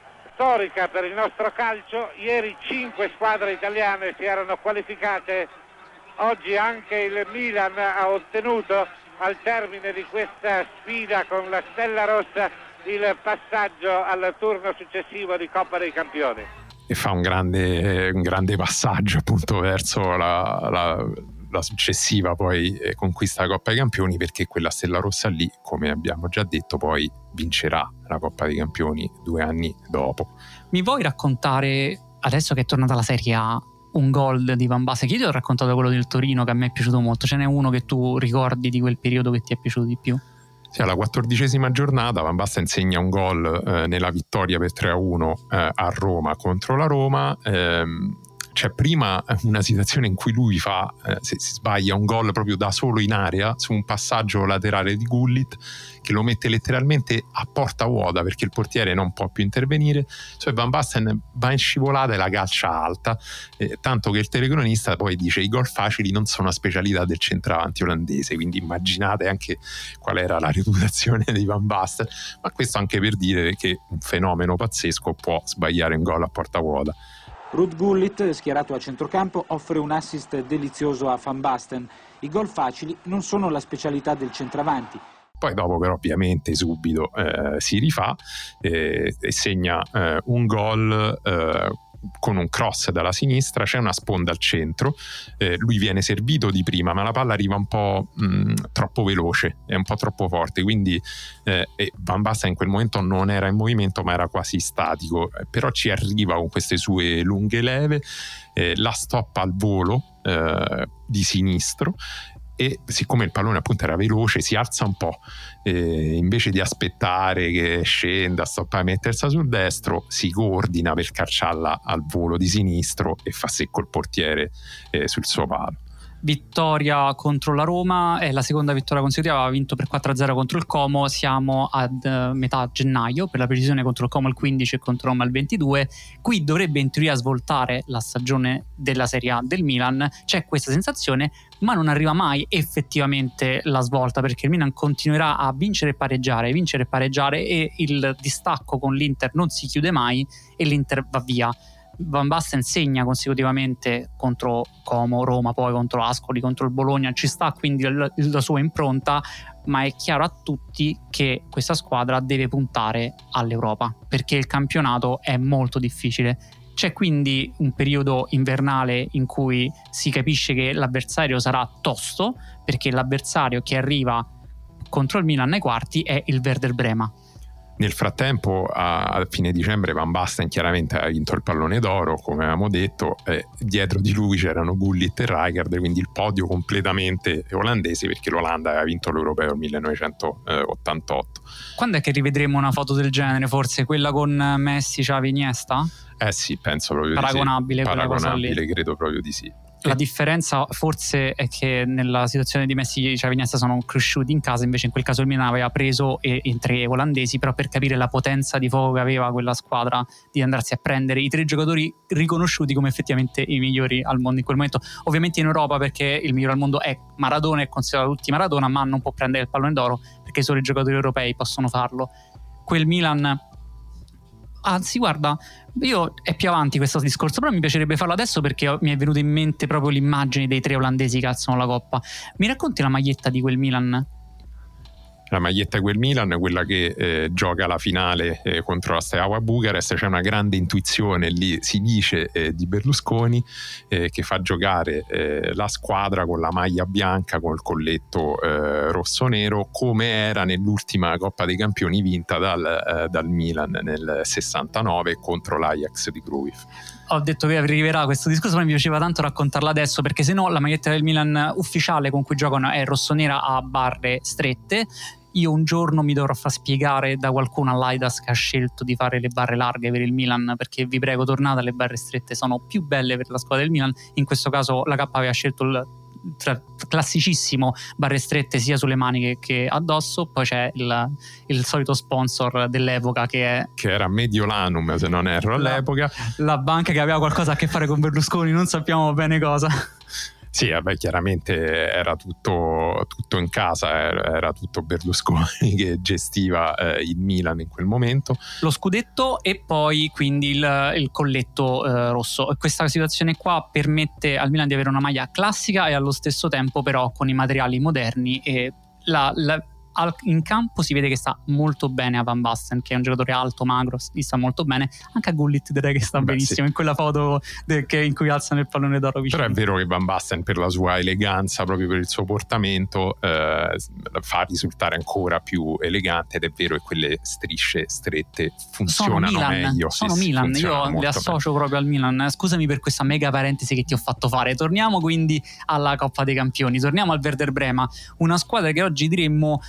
storica per il nostro calcio. Ieri cinque squadre italiane si erano qualificate, oggi anche il Milan ha ottenuto al termine di questa sfida con la Stella Rossa il passaggio al turno successivo di Coppa dei Campioni. E fa un grande, un grande passaggio appunto verso la, la, la successiva poi conquista della Coppa dei Campioni, perché quella Stella Rossa lì, come abbiamo già detto, poi vincerà la Coppa dei Campioni due anni dopo. Mi vuoi raccontare, adesso che è tornata la Serie A, un gol di Van Basten? Che io ti ho raccontato quello del Torino, che a me è piaciuto molto. Ce n'è uno che tu ricordi di quel periodo che ti è piaciuto di più? Sì, alla quattordicesima giornata Van Basten segna un gol eh, nella vittoria per tre a uno eh, a Roma contro la Roma. Ehm, c'è prima una situazione in cui lui fa, eh, se si sbaglia, un gol proprio da solo in area su un passaggio laterale di Gullit che lo mette letteralmente a porta vuota perché il portiere non può più intervenire. Cioè Van Basten va in scivolata e la calcia alta, eh, tanto che il telecronista poi dice: i gol facili non sono una specialità del centravanti olandese. Quindi immaginate anche qual era la reputazione di Van Basten, ma questo anche per dire che un fenomeno pazzesco può sbagliare un gol a porta vuota. Ruud Gullit, schierato a centrocampo, offre un assist delizioso a Van Basten. I gol facili non sono la specialità del centravanti. Poi dopo però ovviamente subito eh, si rifà eh, e segna eh, un gol eh, con un cross dalla sinistra. C'è una sponda al centro, eh, lui viene servito di prima ma la palla arriva un po' mh, troppo veloce, è un po' troppo forte, quindi eh, e Van Basten in quel momento non era in movimento ma era quasi statico, eh, però ci arriva con queste sue lunghe leve, eh, la stoppa al volo eh, di sinistro, e siccome il pallone appunto era veloce si alza un po', eh, invece di aspettare che scenda, stoppare e mettersi sul destro, si coordina per calciarla al volo di sinistro e fa secco il portiere eh, sul suo palo. Vittoria contro la Roma, è la seconda vittoria consecutiva, aveva vinto per quattro a zero contro il Como. Siamo ad uh, metà gennaio, per la precisione contro il Como il quindici e contro Roma il ventidue. Qui dovrebbe in teoria svoltare la stagione della Serie A del Milan, c'è questa sensazione, ma non arriva mai effettivamente la svolta, perché il Milan continuerà a vincere e pareggiare, vincere e pareggiare, e il distacco con l'Inter non si chiude mai e l'Inter va via. Van Basten segna consecutivamente contro Como, Roma, poi contro Ascoli, contro il Bologna, ci sta quindi la, la sua impronta, ma è chiaro a tutti che questa squadra deve puntare all'Europa perché il campionato è molto difficile. C'è quindi un periodo invernale in cui si capisce che l'avversario sarà tosto, perché l'avversario che arriva contro il Milan ai quarti è il Werder Brema. Nel frattempo, a fine dicembre, Van Basten chiaramente ha vinto il pallone d'oro, come avevamo detto, eh, dietro di lui c'erano Gullit e Rijkaard, quindi il podio completamente olandese, perché l'Olanda aveva vinto l'Europeo nel millenovecentottantotto. Quando è che rivedremo una foto del genere? Forse quella con Messi, Xavi, Iniesta? Eh sì, penso proprio paragonabile, di sì. Paragonabile, quella cosa lì. credo proprio di sì. La differenza forse è che nella situazione di Messi e Xavi Iniesta sono cresciuti in casa, invece in quel caso il Milan aveva preso e, in tre olandesi, però per capire la potenza di fuoco che aveva quella squadra di andarsi a prendere i tre giocatori riconosciuti come effettivamente i migliori al mondo in quel momento. Ovviamente in Europa, perché il migliore al mondo è Maradona, è considerato tutti Maradona, ma non può prendere il pallone d'oro perché solo i giocatori europei possono farlo. Quel Milan, anzi guarda, io è più avanti questo discorso, però mi piacerebbe farlo adesso perché mi è venuta in mente proprio l'immagine dei tre olandesi che alzano la coppa. Mi racconti la maglietta di quel Milan? La maglietta di quel Milan, quella che eh, gioca la finale eh, contro la Steaua Bucarest. C'è una grande intuizione lì, si dice, eh, di Berlusconi eh, che fa giocare eh, la squadra con la maglia bianca, col colletto eh, rosso-nero, come era nell'ultima Coppa dei Campioni vinta dal, eh, dal Milan nel sessantanove contro l'Ajax di Cruyff. Ho detto che arriverà questo discorso, ma mi piaceva tanto raccontarla adesso, perché se no la maglietta del Milan ufficiale con cui giocano è rossonera a barre strette. Io un giorno mi dovrò far spiegare da qualcuno all'Aidas che ha scelto di fare le barre larghe per il Milan, perché vi prego, tornate, le barre strette sono più belle per la squadra del Milan. In questo caso la K aveva scelto il tra, classicissimo barre strette sia sulle maniche che addosso. Poi c'è il, il solito sponsor dell'epoca che è che era Mediolanum, se non erro, all'epoca la, la banca che aveva qualcosa a che fare con Berlusconi, non sappiamo bene cosa. Sì, vabbè, chiaramente era tutto, tutto in casa, era, era tutto Berlusconi che gestiva eh, il Milan in quel momento. Lo scudetto e poi quindi il, il colletto eh, rosso. Questa situazione qua permette al Milan di avere una maglia classica e allo stesso tempo però con i materiali moderni, e la, la in campo si vede che sta molto bene a Van Basten, che è un giocatore alto, magro, gli sta molto bene. Anche a Gullit direi che sta Beh, benissimo, sì. In quella foto de- che in cui alzano il pallone d'oro vicino. Però è vero che Van Basten, per la sua eleganza, proprio per il suo portamento, eh, fa risultare ancora più elegante, ed è vero che quelle strisce strette funzionano sono Milan, meglio. Sono sì, Milan, io le associo bene. proprio al Milan. Scusami per questa mega parentesi che ti ho fatto fare. Torniamo quindi alla Coppa dei Campioni, torniamo al Werder Brema, una squadra che oggi diremmo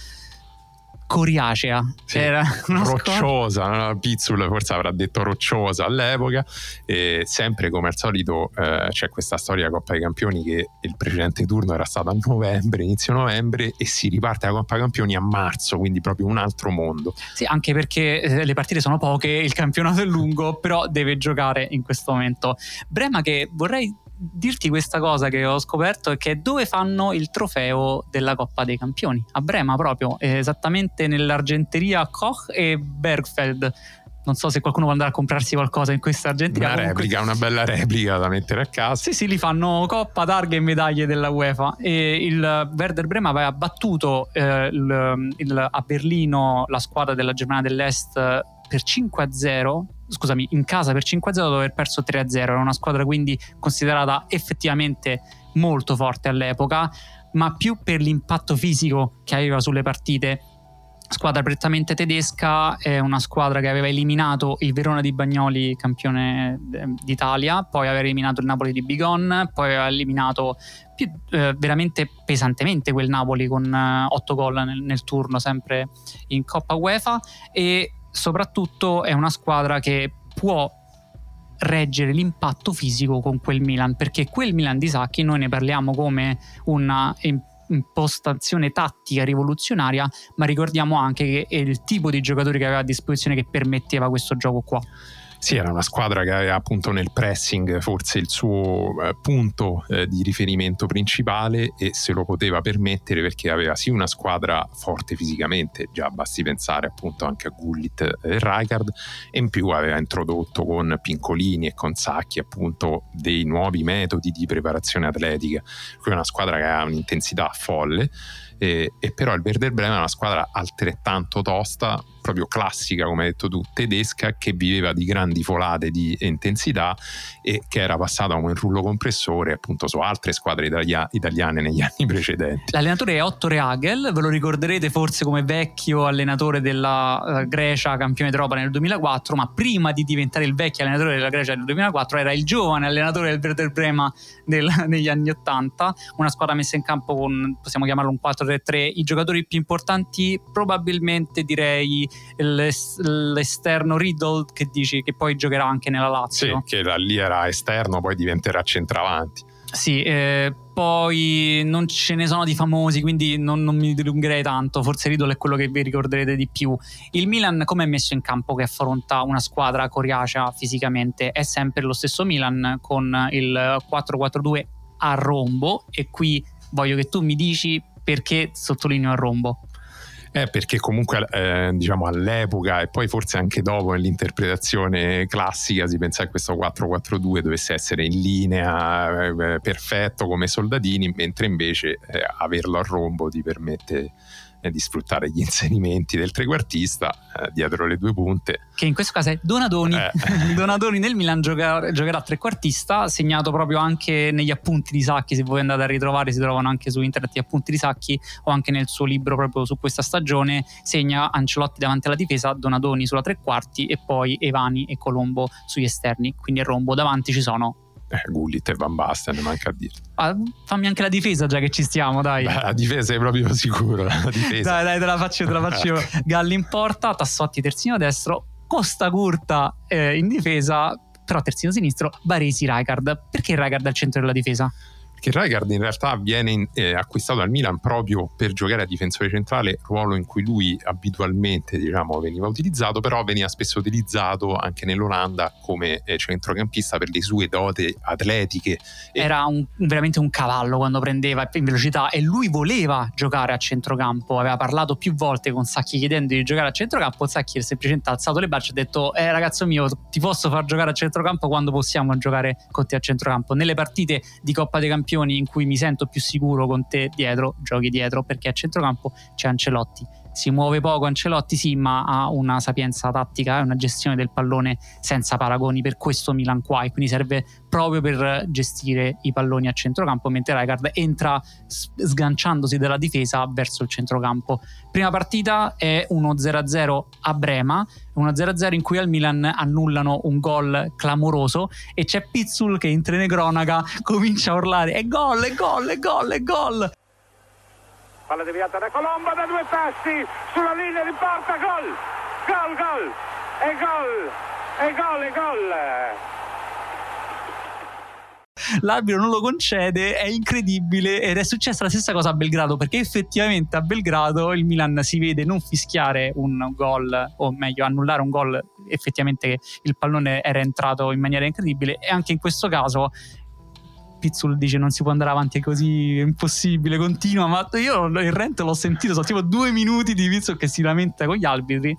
coriacea, sì, era una rocciosa, no? Pizzul forse avrà detto rocciosa all'epoca, e sempre come al solito eh, c'è questa storia Coppa dei Campioni che il precedente turno era stato a novembre, inizio novembre, e si riparte la Coppa dei Campioni a marzo, quindi proprio un altro mondo. Sì, anche perché eh, le partite sono poche, il campionato è lungo, però deve giocare in questo momento. Brema, che vorrei dirti questa cosa che ho scoperto, è che è dove fanno il trofeo della Coppa dei Campioni, a Brema proprio, esattamente nell'argenteria Koch e Bergfeld. Non so se qualcuno vuole andare a comprarsi qualcosa in questa argenteria. Una Comunque... replica, una bella replica da mettere a casa. Sì, sì, li fanno coppa, targhe e medaglie della UEFA. E il Werder Brema aveva battuto eh, il, il, a Berlino la squadra della Germania dell'Est per cinque a zero, scusami, in casa per cinque a zero, dopo aver perso tre a zero. Era una squadra quindi considerata effettivamente molto forte all'epoca, ma più per l'impatto fisico che aveva sulle partite. Squadra prettamente tedesca, è una squadra che aveva eliminato il Verona di Bagnoli, campione d'Italia, poi aveva eliminato il Napoli di Bigon, poi aveva eliminato più, eh, veramente pesantemente quel Napoli con eh, otto gol nel, nel turno, sempre in Coppa UEFA, e soprattutto è una squadra che può reggere l'impatto fisico con quel Milan, perché quel Milan di Sacchi noi ne parliamo come una impostazione tattica rivoluzionaria, ma ricordiamo anche che è il tipo di giocatori che aveva a disposizione che permetteva questo gioco qua. Sì, era una squadra che aveva appunto nel pressing forse il suo eh, punto eh, di riferimento principale, e se lo poteva permettere perché aveva sì una squadra forte fisicamente, già basti pensare appunto anche a Gullit e Rijkaard, e in più aveva introdotto con Pincolini e con Sacchi appunto dei nuovi metodi di preparazione atletica. Quindi una squadra che aveva un'intensità folle. E, e però il Werder Brema è una squadra altrettanto tosta, proprio classica, come hai detto tu, tedesca, che viveva di grandi folate di intensità e che era passata come un rullo compressore appunto su altre squadre italia- italiane negli anni precedenti. L'allenatore è Otto Rehagel, ve lo ricorderete forse come vecchio allenatore della uh, Grecia campione d'Europa nel duemilaquattro, ma prima di diventare il vecchio allenatore della Grecia nel duemilaquattro era il giovane allenatore del Werder Brema del, negli anni ottanta. Una squadra messa in campo con, possiamo chiamarlo un quattro tre tre, i giocatori più importanti probabilmente direi l'esterno Riddle, che dici che poi giocherà anche nella Lazio. Sì, che da lì era esterno, poi diventerà centravanti. Sì, eh, poi non ce ne sono di famosi, quindi non, non mi dilungherei tanto. Forse Riddle è quello che vi ricorderete di più. Il Milan come è messo in campo, che affronta una squadra coriacea fisicamente? È sempre lo stesso Milan con il quattro quattro due a rombo, e qui voglio che tu mi dici perché sottolineo a rombo. Eh, perché comunque eh, diciamo all'epoca, e poi forse anche dopo nell'interpretazione classica, si pensa che questo quattro quattro due dovesse essere in linea, eh, perfetto come soldatini, mentre invece eh, averlo a rombo ti permette eh, di sfruttare gli inserimenti del trequartista eh, dietro le due punte, che in questo caso è Donadoni. eh. Donadoni nel Milan giocherà, giocherà trequartista, segnato proprio anche negli appunti di Sacchi. Se voi andate a ritrovare, si trovano anche su internet gli appunti di Sacchi, o anche nel suo libro proprio su questa stagione. Segna Ancelotti davanti alla difesa, Donadoni sulla tre quarti e poi Evani e Colombo sugli esterni, quindi il rombo davanti ci sono Eh, Gullit e Van Basten, manca a dire. Ah, fammi anche la difesa, già che ci stiamo, dai. Beh, la difesa è proprio sicuro. La difesa. Dai, dai, te la faccio, te la faccio io. Galli in porta, Tassotti terzino destro, Costa Curta eh, in difesa, però terzino sinistro, Baresi, Rijkaard. Perché Rijkaard al centro della difesa? Perché Rijkaard in realtà viene in, eh, acquistato dal Milan proprio per giocare a difensore centrale, ruolo in cui lui abitualmente, diciamo, veniva utilizzato, però veniva spesso utilizzato anche nell'Olanda come eh, centrocampista per le sue doti atletiche. Era un, veramente un cavallo quando prendeva in velocità, e lui voleva giocare a centrocampo. Aveva parlato più volte con Sacchi chiedendo di giocare a centrocampo. Sacchi ha semplicemente alzato le braccia e ha detto: eh ragazzo mio, ti posso far giocare a centrocampo quando possiamo giocare con te a centrocampo. Nelle partite di Coppa dei Campioni in cui mi sento più sicuro con te dietro, giochi dietro, perché a centrocampo c'è Ancelotti. Si muove poco Ancelotti, sì, ma ha una sapienza tattica e una gestione del pallone senza paragoni per questo Milan qua, e quindi serve proprio per gestire i palloni a centrocampo, mentre Rijkaard entra sganciandosi dalla difesa verso il centrocampo. Prima partita è uno zero a zero a Brema, uno zero a zero in cui al Milan annullano un gol clamoroso, e c'è Pizzul che in telecronaca comincia a urlare: è gol, è gol, è gol, è gol. Palla deviata da Colombo da due passi sulla linea di porta, gol, gol, gol, e gol, e gol, e gol. L'arbitro non lo concede, è incredibile, ed è successa la stessa cosa a Belgrado, perché effettivamente a Belgrado il Milan si vede non fischiare un gol, o meglio annullare un gol, effettivamente il pallone era entrato in maniera incredibile, e anche in questo caso Pizzul dice: non si può andare avanti così, è impossibile, continua. Ma io il rent l'ho sentito, sono tipo due minuti di Pizzul che si lamenta con gli arbitri,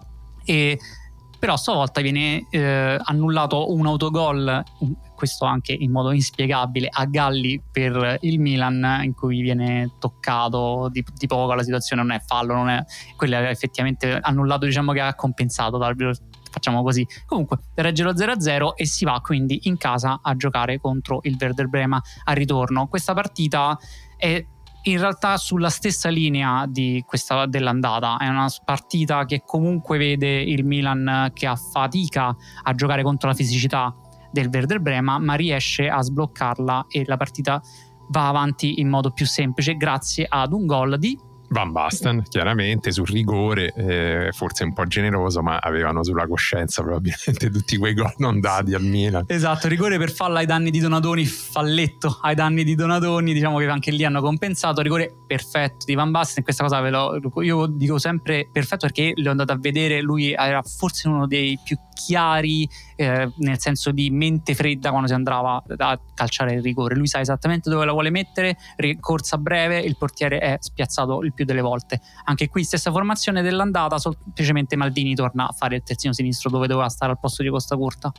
e però a sua volta viene eh, annullato un autogol, questo anche in modo inspiegabile, a Galli per il Milan, in cui viene toccato di, di poco. La situazione non è fallo, non è, quello è effettivamente annullato, diciamo che ha compensato l'arbitro, facciamo così. Comunque regge lo zero a zero e si va quindi in casa a giocare contro il Werder Brema al ritorno. Questa partita è in realtà sulla stessa linea di questa dell'andata, è una partita che comunque vede il Milan che ha fatica a giocare contro la fisicità del Werder Brema, ma riesce a sbloccarla e la partita va avanti in modo più semplice grazie ad un gol di Van Basten, chiaramente sul rigore, eh, forse un po' generoso, ma avevano sulla coscienza probabilmente tutti quei gol non dati al Milan. Esatto, rigore per fallo ai danni di Donadoni, falletto ai danni di Donadoni, diciamo che anche lì hanno compensato. Rigore perfetto di Van Basten, questa cosa ve lo, io dico sempre perfetto perché l'ho andato a vedere, lui era forse uno dei più chiari, eh, nel senso di mente fredda quando si andava a calciare il rigore. Lui sa esattamente dove la vuole mettere, corsa breve, il portiere è spiazzato il più delle volte. Anche qui stessa formazione dell'andata, semplicemente Maldini torna a fare il terzino sinistro dove doveva stare al posto di Costa Curta.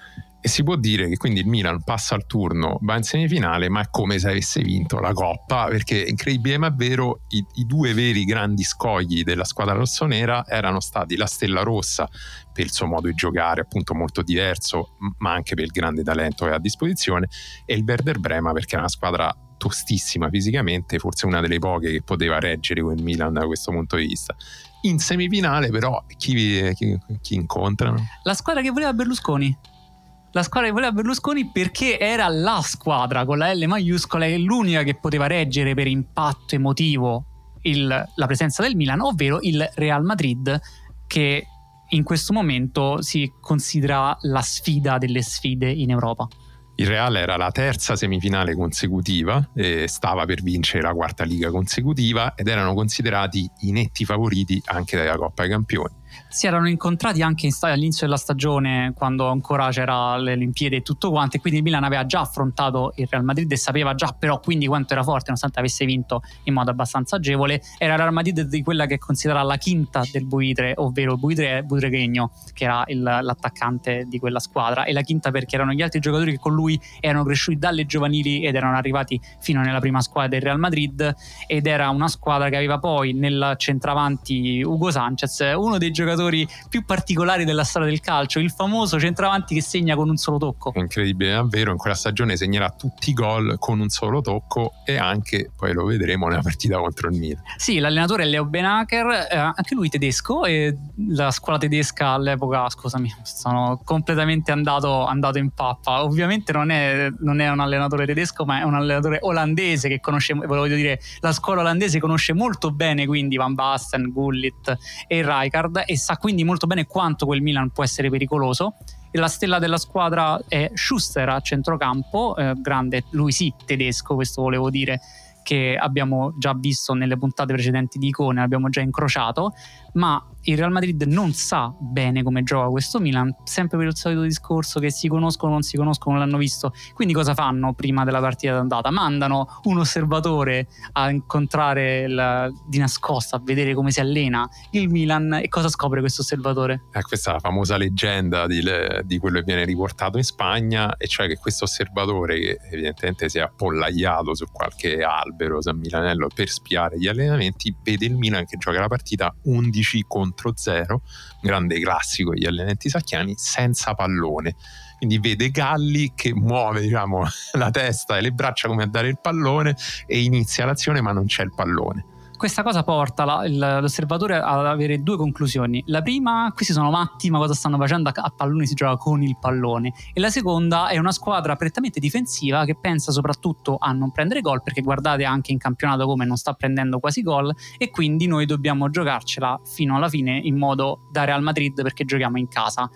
E si può dire che quindi il Milan passa al turno, va in semifinale, ma è come se avesse vinto la Coppa, perché incredibile ma vero, i, i due veri grandi scogli della squadra rossonera erano stati la Stella Rossa per il suo modo di giocare appunto molto diverso, ma anche per il grande talento che ha a disposizione, e il Werder Brema perché era una squadra tostissima fisicamente, forse una delle poche che poteva reggere quel Milan da questo punto di vista. In semifinale però chi, chi, chi incontrano? La squadra che voleva Berlusconi. La squadra che voleva Berlusconi perché era la squadra con la L maiuscola, è l'unica che poteva reggere per impatto emotivo il, la presenza del Milan, ovvero il Real Madrid, che in questo momento si considera la sfida delle sfide in Europa. Il Real era la terza semifinale consecutiva, e stava per vincere la quarta liga consecutiva ed erano considerati i netti favoriti anche dalla Coppa dei Campioni. Si erano incontrati anche in sta- all'inizio della stagione, quando ancora c'era le Olimpiadi e tutto quanto, e quindi il Milan aveva già affrontato il Real Madrid e sapeva già però quindi quanto era forte, nonostante avesse vinto in modo abbastanza agevole. Era il Real Madrid di quella che è considerata la quinta del buitre, ovvero il buitre Buitregueño, che era il, l'attaccante di quella squadra, e la quinta perché erano gli altri giocatori che con lui erano cresciuti dalle giovanili ed erano arrivati fino nella prima squadra del Real Madrid, ed era una squadra che aveva poi nel centravanti Hugo Sanchez, uno dei giocatori più particolari della storia del calcio, il famoso centravanti che segna con un solo tocco. È incredibile, davvero. In quella stagione segnerà tutti i gol con un solo tocco, e anche, poi lo vedremo, nella partita contro il Milan. Sì, l'allenatore è Leo Benacher, eh, anche lui tedesco, e la scuola tedesca all'epoca, scusami, sono completamente andato, andato in pappa. Ovviamente non è, non è un allenatore tedesco, ma è un allenatore olandese che conosce, volevo dire, la scuola olandese conosce molto bene quindi Van Basten, Gullit e Rijkaard, e sa quindi molto bene quanto quel Milan può essere pericoloso. E la stella della squadra è Schuster a centrocampo, eh, grande, lui sì, tedesco, questo volevo dire, che abbiamo già visto nelle puntate precedenti di Icone, l'abbiamo già incrociato, ma il Real Madrid non sa bene come gioca questo Milan, sempre per il solito discorso che si conoscono, non si conoscono, l'hanno visto. Quindi cosa fanno prima della partita d'andata? Mandano un osservatore a incontrare il, di nascosto, a vedere come si allena il Milan, e cosa scopre questo osservatore? Eh, questa è la famosa leggenda di, di quello che viene riportato in Spagna, e cioè che questo osservatore, che evidentemente si è appollaiato su qualche albero San Milanello per spiare gli allenamenti, vede il Milan che gioca la partita undici contro zero, grande classico degli allenamenti sacchiani, senza pallone. Quindi vede Galli che muove, diciamo, la testa e le braccia come a dare il pallone, e inizia l'azione ma non c'è il pallone. Questa cosa porta la, il, l'osservatore ad avere due conclusioni. La prima, questi sono matti, ma cosa stanno facendo? A, a palloni si gioca con il pallone. E la seconda è una squadra prettamente difensiva che pensa soprattutto a non prendere gol, perché guardate anche in campionato come non sta prendendo quasi gol, e quindi noi dobbiamo giocarcela fino alla fine in modo da Real Madrid, perché giochiamo in casa.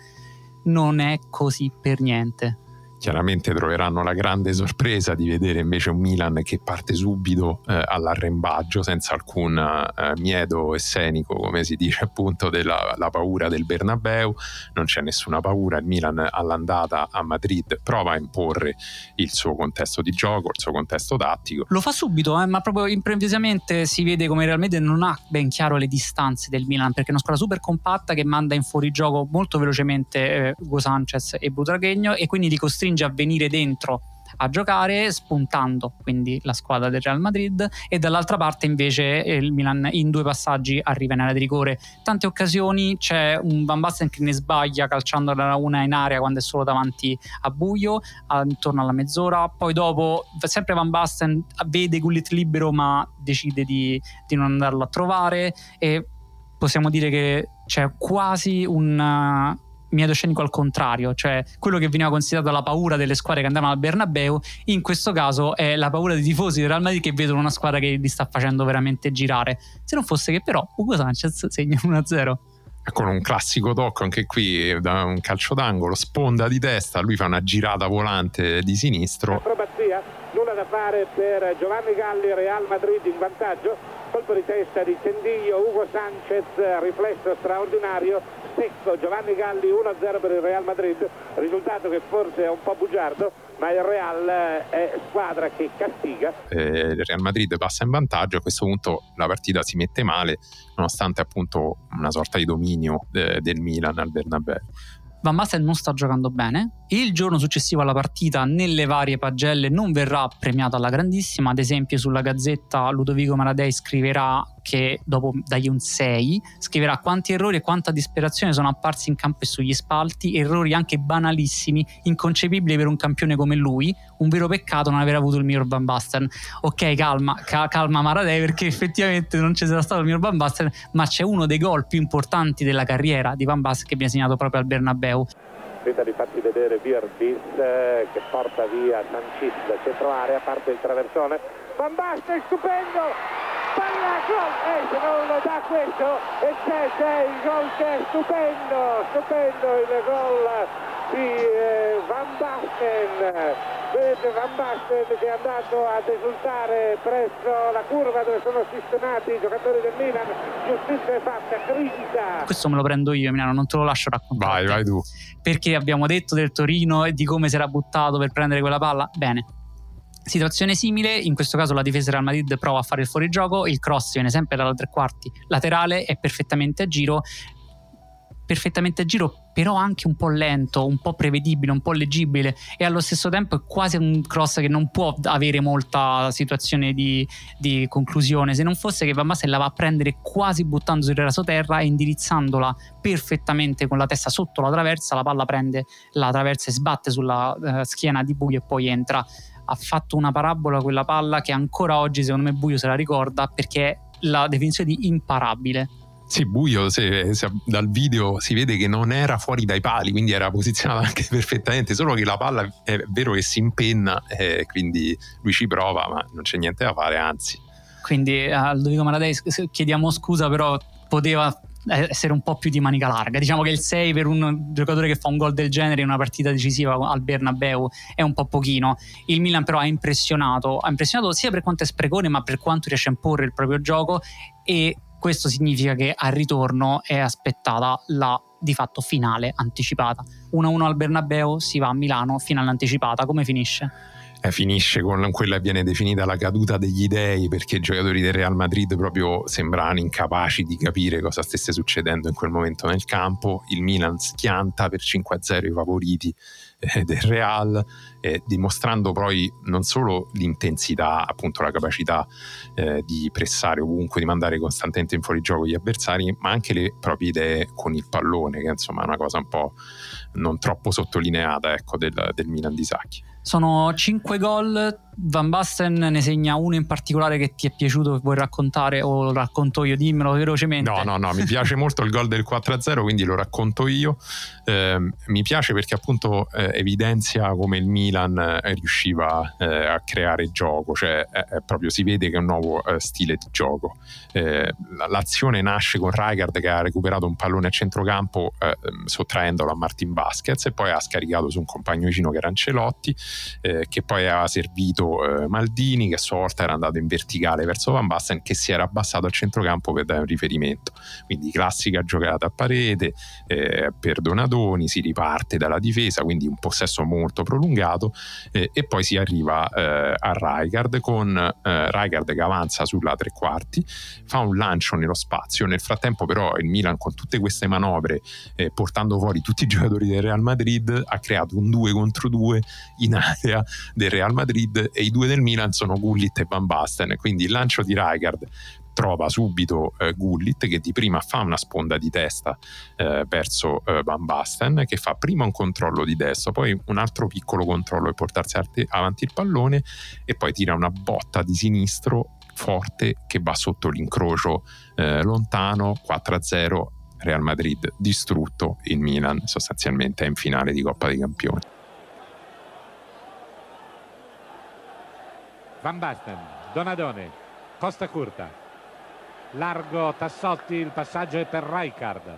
Non è così per niente. Chiaramente troveranno la grande sorpresa di vedere invece un Milan che parte subito eh, all'arrembaggio, senza alcun eh, miedo essenico, come si dice appunto, della la paura del Bernabeu. Non c'è nessuna paura, il Milan all'andata a Madrid prova a imporre il suo contesto di gioco, il suo contesto tattico. Lo fa subito, eh, ma proprio improvvisamente si vede come realmente non ha ben chiaro le distanze del Milan, perché è una squadra super compatta che manda in fuorigioco molto velocemente eh, Hugo Sanchez e Buitregueño, e quindi li costringe a venire dentro a giocare, spuntando quindi la squadra del Real Madrid, e dall'altra parte invece il Milan in due passaggi arriva in area di rigore. Tante occasioni, c'è un Van Basten che ne sbaglia calciando la una in area quando è solo davanti a buio, intorno alla mezz'ora. Poi dopo sempre Van Basten vede Gullit libero ma decide di, di non andarlo a trovare, e possiamo dire che c'è quasi un miedo scenico al contrario, cioè quello che veniva considerato la paura delle squadre che andavano al Bernabeu, in questo caso è la paura dei tifosi del Real Madrid che vedono una squadra che li sta facendo veramente girare. Se non fosse che però Hugo Sanchez segna uno a zero con un classico tocco, anche qui da un calcio d'angolo, sponda di testa, lui fa una girata volante di sinistro. Acrobazia, nulla da fare per Giovanni Galli, Real Madrid in vantaggio, colpo di testa di Cendiglio, Hugo Sanchez, riflesso straordinario, secco Giovanni Galli, uno a zero per il Real Madrid, risultato che forse è un po' bugiardo, ma il Real è squadra che castiga. Eh, il Real Madrid passa in vantaggio, a questo punto la partita si mette male, nonostante appunto una sorta di dominio de- del Milan al Bernabeu. Van Basten non sta giocando bene. Il giorno successivo alla partita, nelle varie pagelle, non verrà premiato alla grandissima. Ad esempio sulla Gazzetta Ludovico Maradei scriverà che dopo dagli un sei, scriverà quanti errori e quanta disperazione sono apparsi in campo e sugli spalti, errori anche banalissimi, inconcepibili per un campione come lui. Un vero peccato non aver avuto il miglior Van Basten. Ok, calma, ca- calma Maradei, perché effettivamente non c'è stato il miglior Van Basten, ma c'è uno dei gol più importanti della carriera di Van Basten che viene segnato proprio al Bernabeu. Tenta di farti vedere Virdis eh, che porta via Sanchis da centro area, parte il traversone, Van Basten stupendo, palla gol, eh, se non lo dà questo, e c'è, c'è il gol che è stupendo, stupendo il gol di eh, Van Basten, Vedete Van Basten che è andato ad esultare presso la curva dove sono sistemati i giocatori del Milan. Giustizia è fatta, critica. Questo me lo prendo io, Milano, non te lo lascio raccontare. Vai, vai tu. Perché abbiamo detto del Torino e di come si era buttato per prendere quella palla. Bene, situazione simile, in questo caso la difesa Real Madrid prova a fare il fuorigioco, il cross viene sempre dalla tre quarti laterale, è perfettamente a giro, perfettamente a giro, però anche un po' lento, un po' prevedibile, un po' leggibile, e allo stesso tempo è quasi un cross che non può avere molta situazione di, di conclusione, se non fosse che Van Basten la va a prendere quasi buttando sul rasoterra e indirizzandola perfettamente con la testa sotto la traversa, la palla prende la traversa e sbatte sulla uh, schiena di Buio e poi entra. Ha fatto una parabola quella palla che ancora oggi secondo me Buio se la ricorda, perché è la definizione di imparabile. Sì, Buio, se, se dal video si vede che non era fuori dai pali, quindi era posizionata anche perfettamente, solo che la palla è vero che si impenna, eh, quindi lui ci prova, ma non c'è niente da fare, anzi. Quindi a Ludovico Maradei chiediamo scusa, però poteva essere un po' più di manica larga. Diciamo che il sei per un giocatore che fa un gol del genere in una partita decisiva al Bernabeu è un po' pochino. Il Milan però ha impressionato, ha impressionato sia per quanto è sprecone, ma per quanto riesce a imporre il proprio gioco, e questo significa che al ritorno è aspettata la di fatto finale anticipata. uno a uno al Bernabeu, si va a Milano, finale anticipata. Come finisce? Eh, finisce con quella che viene definita la caduta degli dei, perché i giocatori del Real Madrid proprio sembravano incapaci di capire cosa stesse succedendo in quel momento nel campo. Il Milan schianta per cinque a zero i favoriti eh, del Real, eh, dimostrando poi non solo l'intensità, appunto la capacità eh, di pressare ovunque, di mandare costantemente in fuorigioco gli avversari, ma anche le proprie idee con il pallone, che insomma è una cosa un po' non troppo sottolineata, ecco, del, del Milan di Sacchi. Sono cinque gol, Van Basten ne segna uno in particolare che ti è piaciuto, che vuoi raccontare, o lo racconto io? Dimmelo velocemente. No, no, no, mi piace molto il gol del quattro a zero, quindi lo racconto io. Eh, mi piace perché appunto eh, evidenzia come il Milan eh, riusciva eh, a creare gioco, cioè eh, proprio si vede che è un nuovo eh, stile di gioco. Eh, l'azione nasce con Rijkaard che ha recuperato un pallone a centrocampo eh, sottraendolo a Martin Vasquez, e poi ha scaricato su un compagno vicino che era Ancelotti, eh, che poi aveva servito eh, Maldini, che a sua volta era andato in verticale verso Van Basten, che si era abbassato al centrocampo per dare un riferimento. Quindi classica giocata a parete eh, per Donadoni, si riparte dalla difesa, quindi un possesso molto prolungato, eh, e poi si arriva eh, a Rijkaard con eh, Rijkaard che avanza sulla tre quarti, fa un lancio nello spazio. Nel frattempo però il Milan, con tutte queste manovre, eh, portando fuori tutti i giocatori del Real Madrid, ha creato un due contro due in area del Real Madrid, e i due del Milan sono Gullit e Van Basten. Quindi il lancio di Rijkaard trova subito eh, Gullit, che di prima fa una sponda di testa eh, verso eh, Van Basten, che fa prima un controllo di destro, poi un altro piccolo controllo per portarsi avanti il pallone, e poi tira una botta di sinistro forte che va sotto l'incrocio eh, lontano. Quattro a zero, Real Madrid distrutto, il Milan sostanzialmente è in finale di Coppa dei Campioni. Van Basten, Donadoni, Costa Curta, largo Tassotti, il passaggio è per Rijkaard,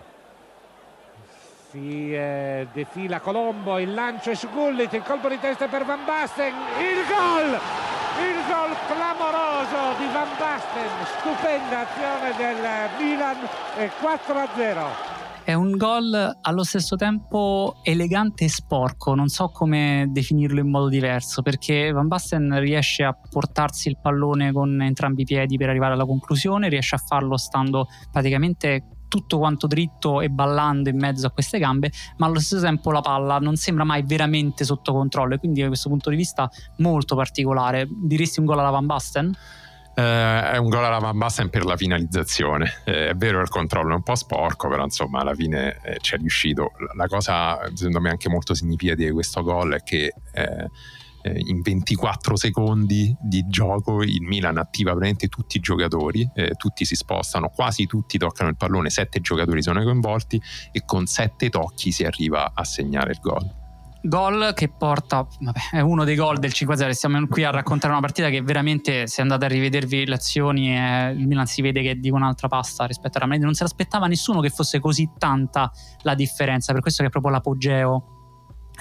si eh, defila Colombo, il lancio è su Gullit, il colpo di testa è per Van Basten, il gol! Il gol clamoroso di Van Basten, stupenda azione del Milan, e quattro a zero. È un gol allo stesso tempo elegante e sporco, non so come definirlo in modo diverso, perché Van Basten riesce a portarsi il pallone con entrambi i piedi per arrivare alla conclusione, riesce a farlo stando praticamente tutto quanto dritto e ballando in mezzo a queste gambe, ma allo stesso tempo la palla non sembra mai veramente sotto controllo, e quindi da questo punto di vista molto particolare. Diresti un gol alla Van Basten? Eh, è un gol alla Van Basten per la finalizzazione. Eh, è vero, il controllo è un po' sporco, però insomma alla fine eh, ci è riuscito. La cosa secondo me anche molto significativa di questo gol è che eh, eh, in ventiquattro secondi di gioco il Milan attiva veramente tutti i giocatori, eh, tutti si spostano, quasi tutti toccano il pallone, sette giocatori sono coinvolti, e con sette tocchi si arriva a segnare il gol. Gol che porta, vabbè, è uno dei gol del cinque a zero. Stiamo qui a raccontare una partita che veramente, se andate a rivedervi le azioni, eh, il Milan si vede che è di un'altra pasta rispetto alla Madrid. Non se l'aspettava nessuno che fosse così tanta la differenza, per questo che è proprio l'apogeo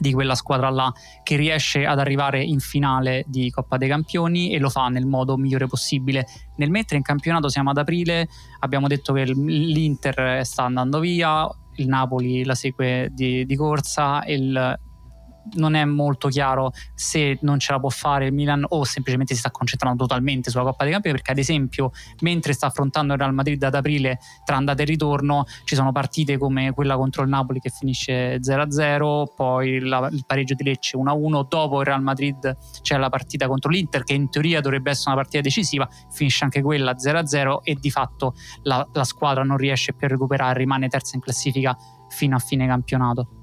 di quella squadra là, che riesce ad arrivare in finale di Coppa dei Campioni e lo fa nel modo migliore possibile. Nel mentre in campionato siamo ad aprile, abbiamo detto che l'Inter sta andando via, il Napoli la segue di, di corsa, il non è molto chiaro se non ce la può fare il Milan o semplicemente si sta concentrando totalmente sulla Coppa dei Campioni, perché ad esempio mentre sta affrontando il Real Madrid ad aprile tra andata e ritorno ci sono partite come quella contro il Napoli che finisce zero a zero, poi la, il pareggio di Lecce uno a uno, dopo il Real Madrid c'è la partita contro l'Inter che in teoria dovrebbe essere una partita decisiva, finisce anche quella zero a zero e di fatto la, la squadra non riesce più a recuperare, rimane terza in classifica fino a fine campionato.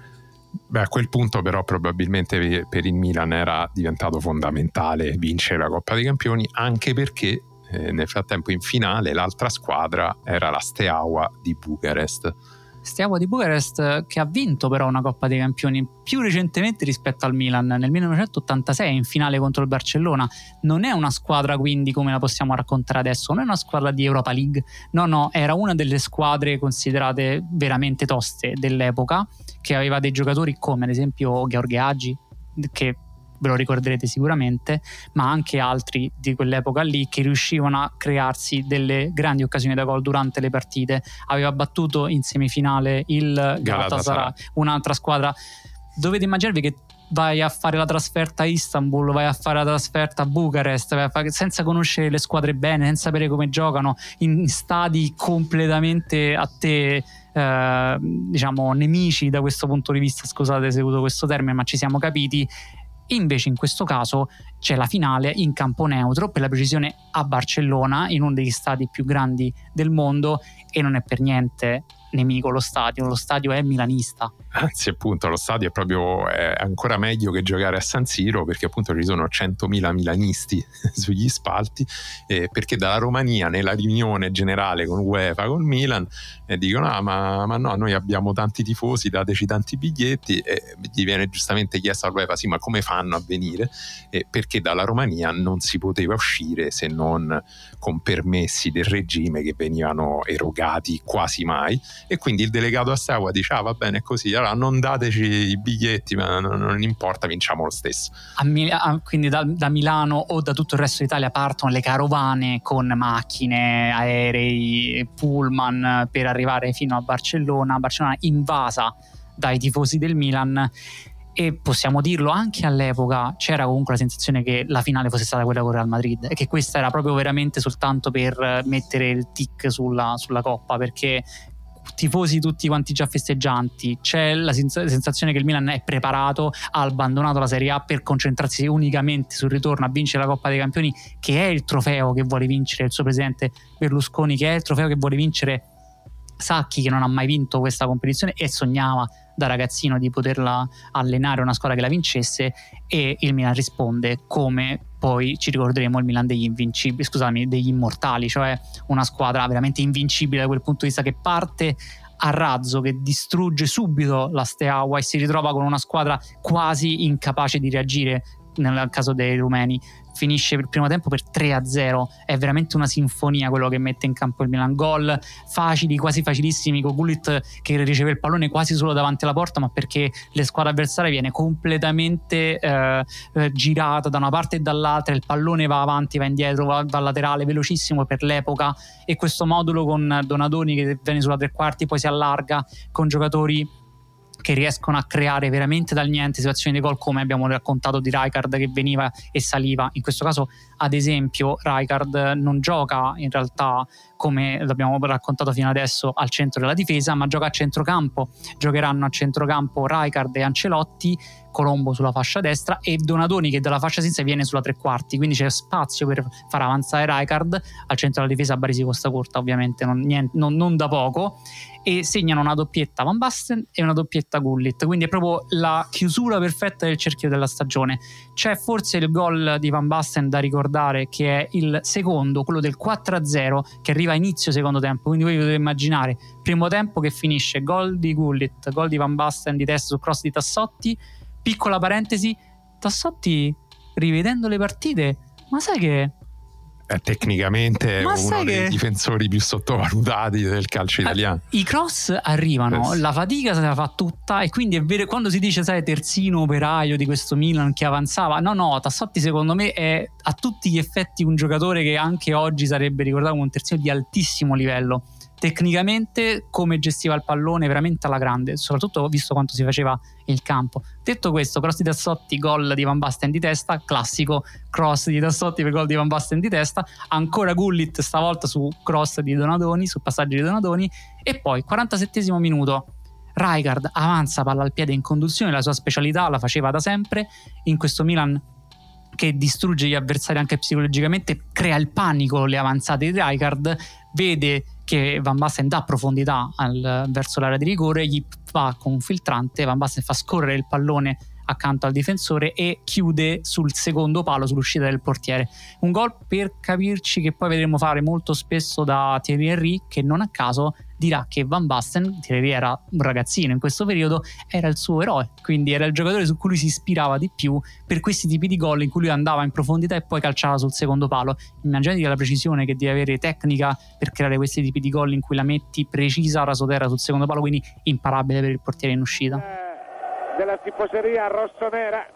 Beh, a quel punto però probabilmente per il Milan era diventato fondamentale vincere la Coppa dei Campioni, anche perché eh, nel frattempo in finale l'altra squadra era la Steaua di Bucarest. Steaua di Bucarest che ha vinto però una Coppa dei Campioni più recentemente rispetto al Milan, nel millenovecentottantasei in finale contro il Barcellona. Non è una squadra quindi come la possiamo raccontare adesso, non è una squadra di Europa League, no no, era una delle squadre considerate veramente toste dell'epoca, che aveva dei giocatori come ad esempio Gheorghe Hagi, che ve lo ricorderete sicuramente, ma anche altri di quell'epoca lì che riuscivano a crearsi delle grandi occasioni da gol durante le partite. Aveva battuto in semifinale il Galatasaray, un'altra squadra. Dovete immaginarvi che vai a fare la trasferta a Istanbul, vai a fare la trasferta a Bucarest, vai a fare, senza conoscere le squadre bene, senza sapere come giocano, in stadi completamente a te eh, diciamo nemici da questo punto di vista, scusate se uso questo termine, ma ci siamo capiti. Invece in questo caso c'è la finale in campo neutro, per la precisione a Barcellona, in uno degli stadi più grandi del mondo, e non è per niente nemico lo stadio, lo stadio è milanista. Anzi, appunto, lo stadio è proprio è ancora meglio che giocare a San Siro, perché appunto ci sono centomila milanisti sugli spalti, eh, perché dalla Romania nella riunione generale con UEFA, col Milan, eh, dicono ah, ma, ma no, noi abbiamo tanti tifosi, dateci tanti biglietti, e gli viene giustamente chiesto all'UEFA sì, ma come fanno a venire? Eh, perché dalla Romania non si poteva uscire se non con permessi del regime che venivano erogati quasi mai, e quindi il delegato a Steaua dice ah va bene così, allora non dateci i biglietti, ma non, non importa, vinciamo lo stesso. A Mil- a, quindi da, da Milano o da tutto il resto d'Italia partono le carovane con macchine, aerei, pullman per arrivare fino a Barcellona, Barcellona invasa dai tifosi del Milan. E possiamo dirlo, anche all'epoca c'era comunque la sensazione che la finale fosse stata quella con Real Madrid e che questa era proprio veramente soltanto per mettere il tic sulla, sulla coppa, perché tifosi tutti quanti già festeggianti, c'è la sensazione che il Milan è preparato, ha abbandonato la Serie A per concentrarsi unicamente sul ritorno a vincere la Coppa dei Campioni, che è il trofeo che vuole vincere il suo presidente Berlusconi, che è il trofeo che vuole vincere Sacchi, che non ha mai vinto questa competizione e sognava da ragazzino di poterla allenare una squadra che la vincesse, e il Milan risponde come poi ci ricorderemo il Milan degli invincibili, scusami, degli immortali, cioè una squadra veramente invincibile da quel punto di vista, che parte a razzo, che distrugge subito la Steaua e si ritrova con una squadra quasi incapace di reagire nel caso dei rumeni. Finisce il primo tempo per tre a zero, è veramente una sinfonia quello che mette in campo il Milan. Gol facili, quasi facilissimi, con Gullit che riceve il pallone quasi solo davanti alla porta, ma perché le squadre avversarie viene completamente eh, girata da una parte e dall'altra, il pallone va avanti, va indietro, va, va laterale, velocissimo per l'epoca, e questo modulo con Donadoni che viene sulla tre quarti, poi si allarga con giocatori che riescono a creare veramente dal niente situazioni di gol, come abbiamo raccontato di Rijkaard che veniva e saliva. In questo caso ad esempio Rijkaard non gioca in realtà, come l'abbiamo raccontato fino adesso, al centro della difesa, ma gioca a centrocampo. Giocheranno a centrocampo Rijkaard e Ancelotti, Colombo sulla fascia destra e Donadoni che dalla fascia sinistra viene sulla tre quarti, quindi c'è spazio per far avanzare Rijkaard. Al centro della difesa Baresi Costa Curta, ovviamente non, niente, non, non da poco, e segnano una doppietta Van Basten e una doppietta Gullit, quindi è proprio la chiusura perfetta del cerchio della stagione. C'è forse il gol di Van Basten da ricordare, che è il secondo, quello del quattro a zero, che arriva a inizio secondo tempo, quindi voi potete immaginare primo tempo che finisce gol di Gullit, gol di Van Basten di testa su cross di Tassotti. Piccola parentesi, Tassotti rivedendo le partite, ma sai che È tecnicamente Ma uno dei che... difensori più sottovalutati del calcio italiano. I cross arrivano, yes. La fatica se la fa tutta, e quindi è vero quando si dice sai terzino operaio di questo Milan che avanzava, no no, Tassotti secondo me è a tutti gli effetti un giocatore che anche oggi sarebbe ricordato come un terzino di altissimo livello. Tecnicamente, come gestiva il pallone veramente alla grande, soprattutto visto quanto si faceva il campo. Detto questo, cross di Tassotti, gol di Van Basten di testa, classico cross di Tassotti per gol di Van Basten di testa, ancora Gullit stavolta su cross di Donadoni, su passaggio di Donadoni, e poi quarantasettesimo minuto, Rijkaard avanza palla al piede in conduzione, la sua specialità, la faceva da sempre in questo Milan che distrugge gli avversari anche psicologicamente, crea il panico le avanzate di Rijkaard, vede che Van Basten dà profondità al, verso l'area di rigore, gli va con un filtrante, Van Basten fa scorrere il pallone accanto al difensore e chiude sul secondo palo, sull'uscita del portiere. Un gol, per capirci, che poi vedremo fare molto spesso da Thierry Henry, che non a caso dirà che Van Basten, Thierry era un ragazzino in questo periodo, era il suo eroe, quindi era il giocatore su cui lui si ispirava di più per questi tipi di gol in cui lui andava in profondità e poi calciava sul secondo palo. Immaginate la precisione che devi avere tecnica per creare questi tipi di gol in cui la metti precisa rasoterra sul secondo palo, quindi imparabile per il portiere in uscita. Della tifoseria rossonera,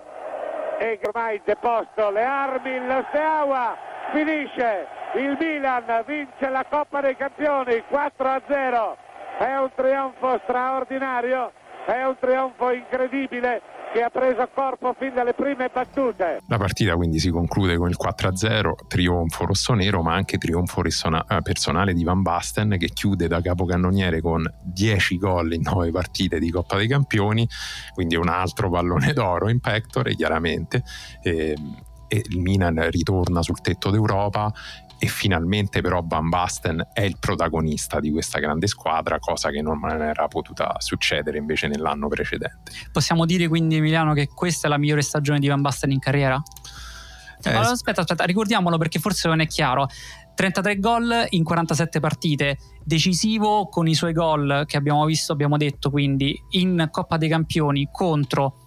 e ormai deposto le armi, il Steaua finisce, il Milan vince la Coppa dei Campioni quattro a zero, è un trionfo straordinario, è un trionfo incredibile che ha preso corpo fin dalle prime battute. La partita quindi si conclude con il quattro a zero, trionfo rossonero, ma anche trionfo rissona- personale di Van Basten, che chiude da capocannoniere con dieci gol in nove partite di Coppa dei Campioni, quindi un altro pallone d'oro in pectore chiaramente, e, e il Milan ritorna sul tetto d'Europa. E finalmente però Van Basten è il protagonista di questa grande squadra, cosa che non era potuta succedere invece nell'anno precedente. Possiamo dire quindi, Emiliano, che questa è la migliore stagione di Van Basten in carriera? Eh, allora, aspetta, aspetta, ricordiamolo perché forse non è chiaro. trentatré gol in quarantasette partite, decisivo con i suoi gol che abbiamo visto, abbiamo detto, quindi in Coppa dei Campioni contro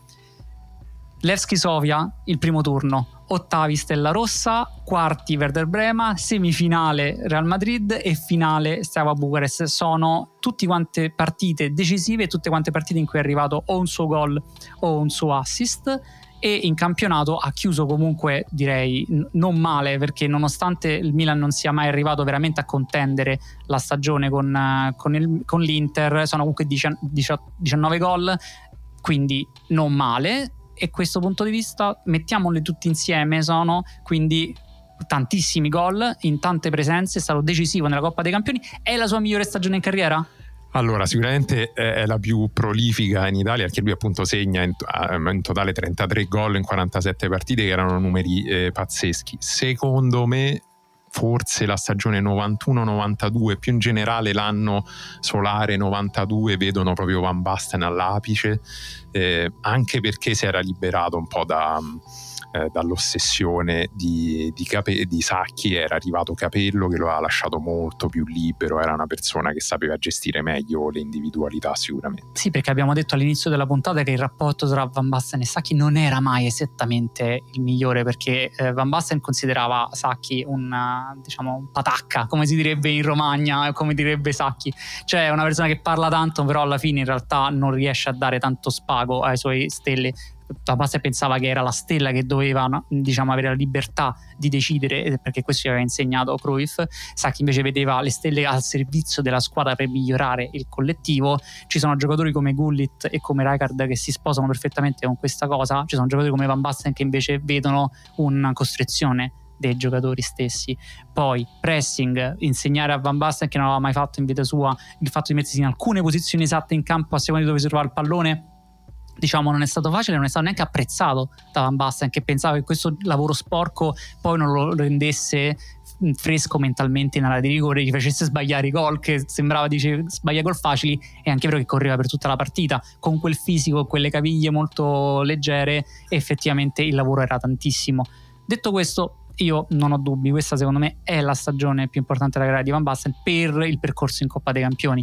Levski Sofia il primo turno, ottavi Stella Rossa, quarti Werder Brema, semifinale Real Madrid e finale Steaua Bucarest. Sono tutte quante partite decisive, tutte quante partite in cui è arrivato o un suo gol o un suo assist, e in campionato ha chiuso comunque, direi, n- non male, perché nonostante il Milan non sia mai arrivato veramente a contendere la stagione con, uh, con, il, con l'Inter, sono comunque diciannove gol, quindi non male. E questo punto di vista, mettiamoli tutti insieme, sono quindi tantissimi gol in tante presenze, è stato decisivo nella Coppa dei Campioni. È la sua migliore stagione in carriera? Allora, sicuramente è la più prolifica in Italia, perché lui appunto segna in, in totale trentatré gol in quarantasette partite, che erano numeri eh, pazzeschi. Secondo me forse la stagione novantuno novantadue, più in generale l'anno solare novantadue, vedono proprio Van Basten all'apice, eh, anche perché si era liberato un po' da, eh, dall'ossessione di, di, Cape, di Sacchi. Era arrivato Capello che lo ha lasciato molto più libero, era una persona che sapeva gestire meglio le individualità sicuramente. Sì, perché abbiamo detto all'inizio della puntata che il rapporto tra Van Basten e Sacchi non era mai esattamente il migliore, perché eh, Van Basten considerava Sacchi un diciamo un patacca, come si direbbe in Romagna, come direbbe Sacchi, cioè una persona che parla tanto però alla fine in realtà non riesce a dare tanto spago ai suoi stelle. Van Basten pensava che era la stella che doveva, no, diciamo, avere la libertà di decidere, perché questo gli aveva insegnato Cruyff. Sacchi invece vedeva le stelle al servizio della squadra per migliorare il collettivo. Ci sono giocatori come Gullit e come Rijkaard che si sposano perfettamente con questa cosa, ci sono giocatori come Van Basten che invece vedono una costrizione dei giocatori stessi. Poi pressing, insegnare a Van Basten, che non aveva mai fatto in vita sua, il fatto di mettersi in alcune posizioni esatte in campo a seconda di dove si trova il pallone, diciamo non è stato facile, non è stato neanche apprezzato da Van Basten, che pensava che questo lavoro sporco poi non lo rendesse fresco mentalmente in area di rigore, gli facesse sbagliare i gol, che sembrava, dice, sbaglia gol facili. È anche vero che correva per tutta la partita con quel fisico, quelle caviglie molto leggere, e effettivamente il lavoro era tantissimo. Detto questo, io non ho dubbi, questa secondo me è la stagione più importante della carriera di Van Basten per il percorso in Coppa dei Campioni.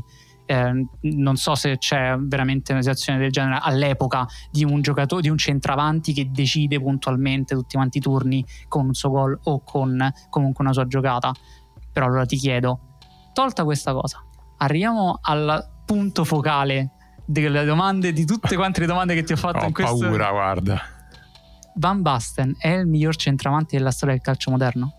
Eh, non so se c'è veramente una situazione del genere all'epoca di un giocatore, di un centravanti che decide puntualmente tutti quanti i turni con un suo gol o con comunque una sua giocata. Però allora ti chiedo, tolta questa cosa, arriviamo al punto focale delle domande, di tutte quante le domande che ti ho fatto ho in questo. Ho paura, guarda. Van Basten è il miglior centravanti della storia del calcio moderno?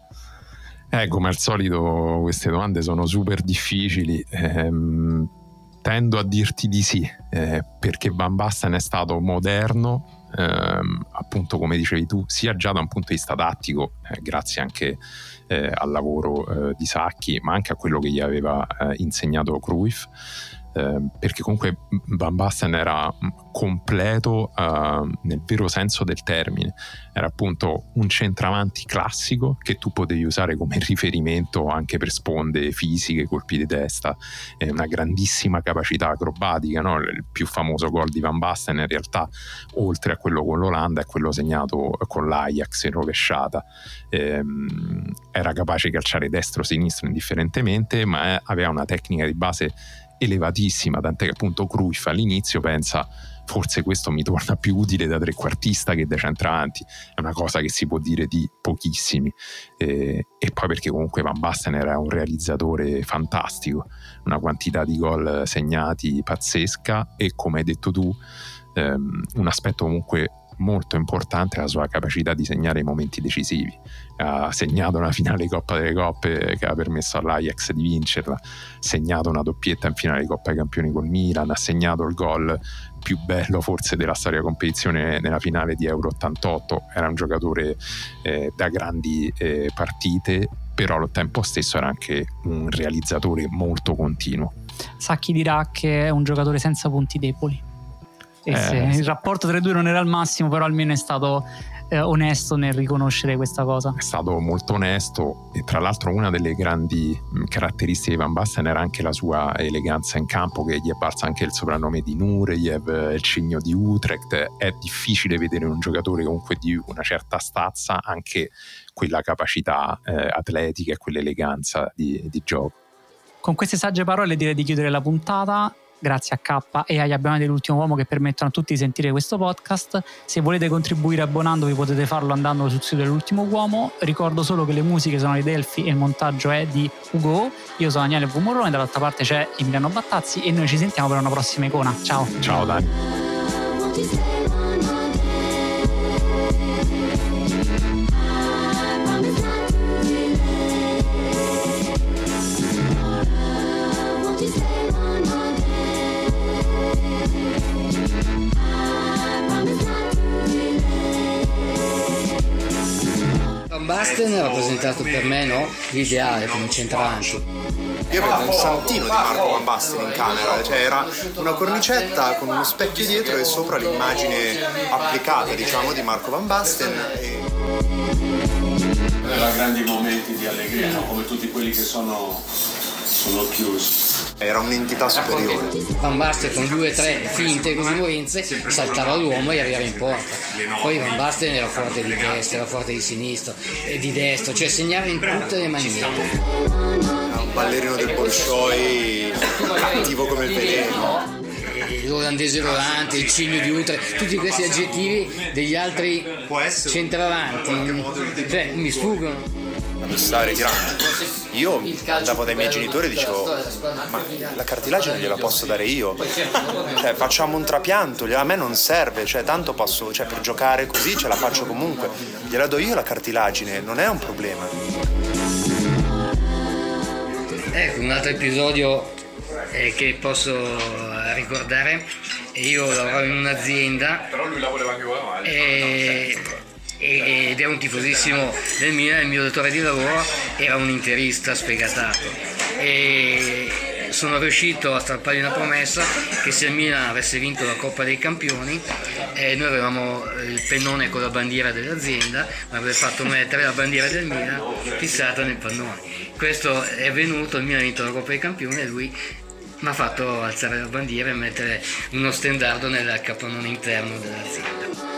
Eh, come al solito queste domande sono super difficili. Ehm, tendo a dirti di sì, eh, perché Van Basten è stato moderno, ehm, appunto come dicevi tu, sia già da un punto di vista tattico, eh, grazie anche eh, al lavoro eh, di Sacchi, ma anche a quello che gli aveva eh, insegnato Cruyff. Eh, perché comunque Van Basten era completo eh, nel vero senso del termine, era appunto un centravanti classico che tu potevi usare come riferimento anche per sponde fisiche, colpi di testa, eh, una grandissima capacità acrobatica, no? Il più famoso gol di Van Basten in realtà, oltre a quello con l'Olanda, è quello segnato con l'Ajax in rovesciata. Eh, era capace di calciare destro-sinistro indifferentemente, ma eh, aveva una tecnica di base elevatissima, tant'è che appunto Cruyff all'inizio pensa forse questo mi torna più utile da trequartista che da centravanti. È una cosa che si può dire di pochissimi, eh, e poi perché comunque Van Basten era un realizzatore fantastico, una quantità di gol segnati pazzesca, e come hai detto tu ehm, un aspetto comunque molto importante è la sua capacità di segnare i momenti decisivi. Ha segnato una finale di Coppa delle Coppe che ha permesso all'Ajax di vincerla, ha segnato una doppietta in finale di Coppa dei Campioni col Milan, ha segnato il gol più bello forse della storia della competizione nella finale di Euro ottantotto. Era un giocatore eh, da grandi eh, partite, però allo tempo stesso era anche un realizzatore molto continuo. Sacchi dirà che è un giocatore senza punti deboli. E se Eh, il rapporto tra i due non era al massimo, però almeno è stato eh, onesto nel riconoscere questa cosa. È stato molto onesto, e tra l'altro una delle grandi mh, caratteristiche di Van Basten era anche la sua eleganza in campo, che gli è valsa anche il soprannome di Nureyev, il cigno di Utrecht. È difficile vedere un giocatore comunque di una certa stazza anche quella capacità eh, atletica e quell'eleganza di, di gioco. Con queste sagge parole direi di chiudere la puntata. Grazie a K e agli abbonati dell'Ultimo Uomo che permettono a tutti di sentire questo podcast. Se volete contribuire abbonandovi potete farlo andando sul sito dell'Ultimo Uomo. Ricordo solo che le musiche sono di Delphi e il montaggio è di Ugo. Io sono Daniele V. Morrone, dall'altra parte c'è Emiliano Battazzi e noi ci sentiamo per una prossima icona. Ciao. Ciao Dani. Van Basten ha rappresentato per me, no, l'ideale come centravanti. Io avevo un santino di Marco Van Basten in camera, cioè era una cornicetta con uno specchio dietro e sopra l'immagine applicata, diciamo, di Marco Van Basten. E... aveva grandi momenti di allegria, no? Come tutti quelli che sono, sono chiusi. Era un'entità superiore. Van Basten con due o tre finte conseguenze saltava l'uomo e arrivava in porta. Poi Van Basten era forte di destra, era forte di sinistra e di destra, cioè segnava in tutte le maniere. Era un ballerino del Bolshoi, cattivo come il veleno. L'olandese volante, il cigno di Utrecht, tutti questi aggettivi degli altri centravanti, cioè mi sfuggono. Quando si stava ritirando, io andavo dai miei genitori e dicevo: ma la cartilagine gliela posso dare io, cioè facciamo un trapianto, a me non serve, cioè tanto posso, cioè per giocare così ce la faccio comunque, gliela do io la cartilagine, non è un problema. Ecco, un altro episodio eh, che posso ricordare: io lavoravo in un'azienda, però lui la voleva anche male, e ed è un tifosissimo del Milan. Il mio datore di lavoro era un interista sfegatato e sono riuscito a strappargli una promessa che se il Milan avesse vinto la Coppa dei Campioni, eh, noi avevamo il pennone con la bandiera dell'azienda, ma aveva fatto mettere la bandiera del Milan fissata nel pannone. Questo è avvenuto, il Milan ha vinto la Coppa dei Campioni e lui mi ha fatto alzare la bandiera e mettere uno stendardo nel capannone interno dell'azienda.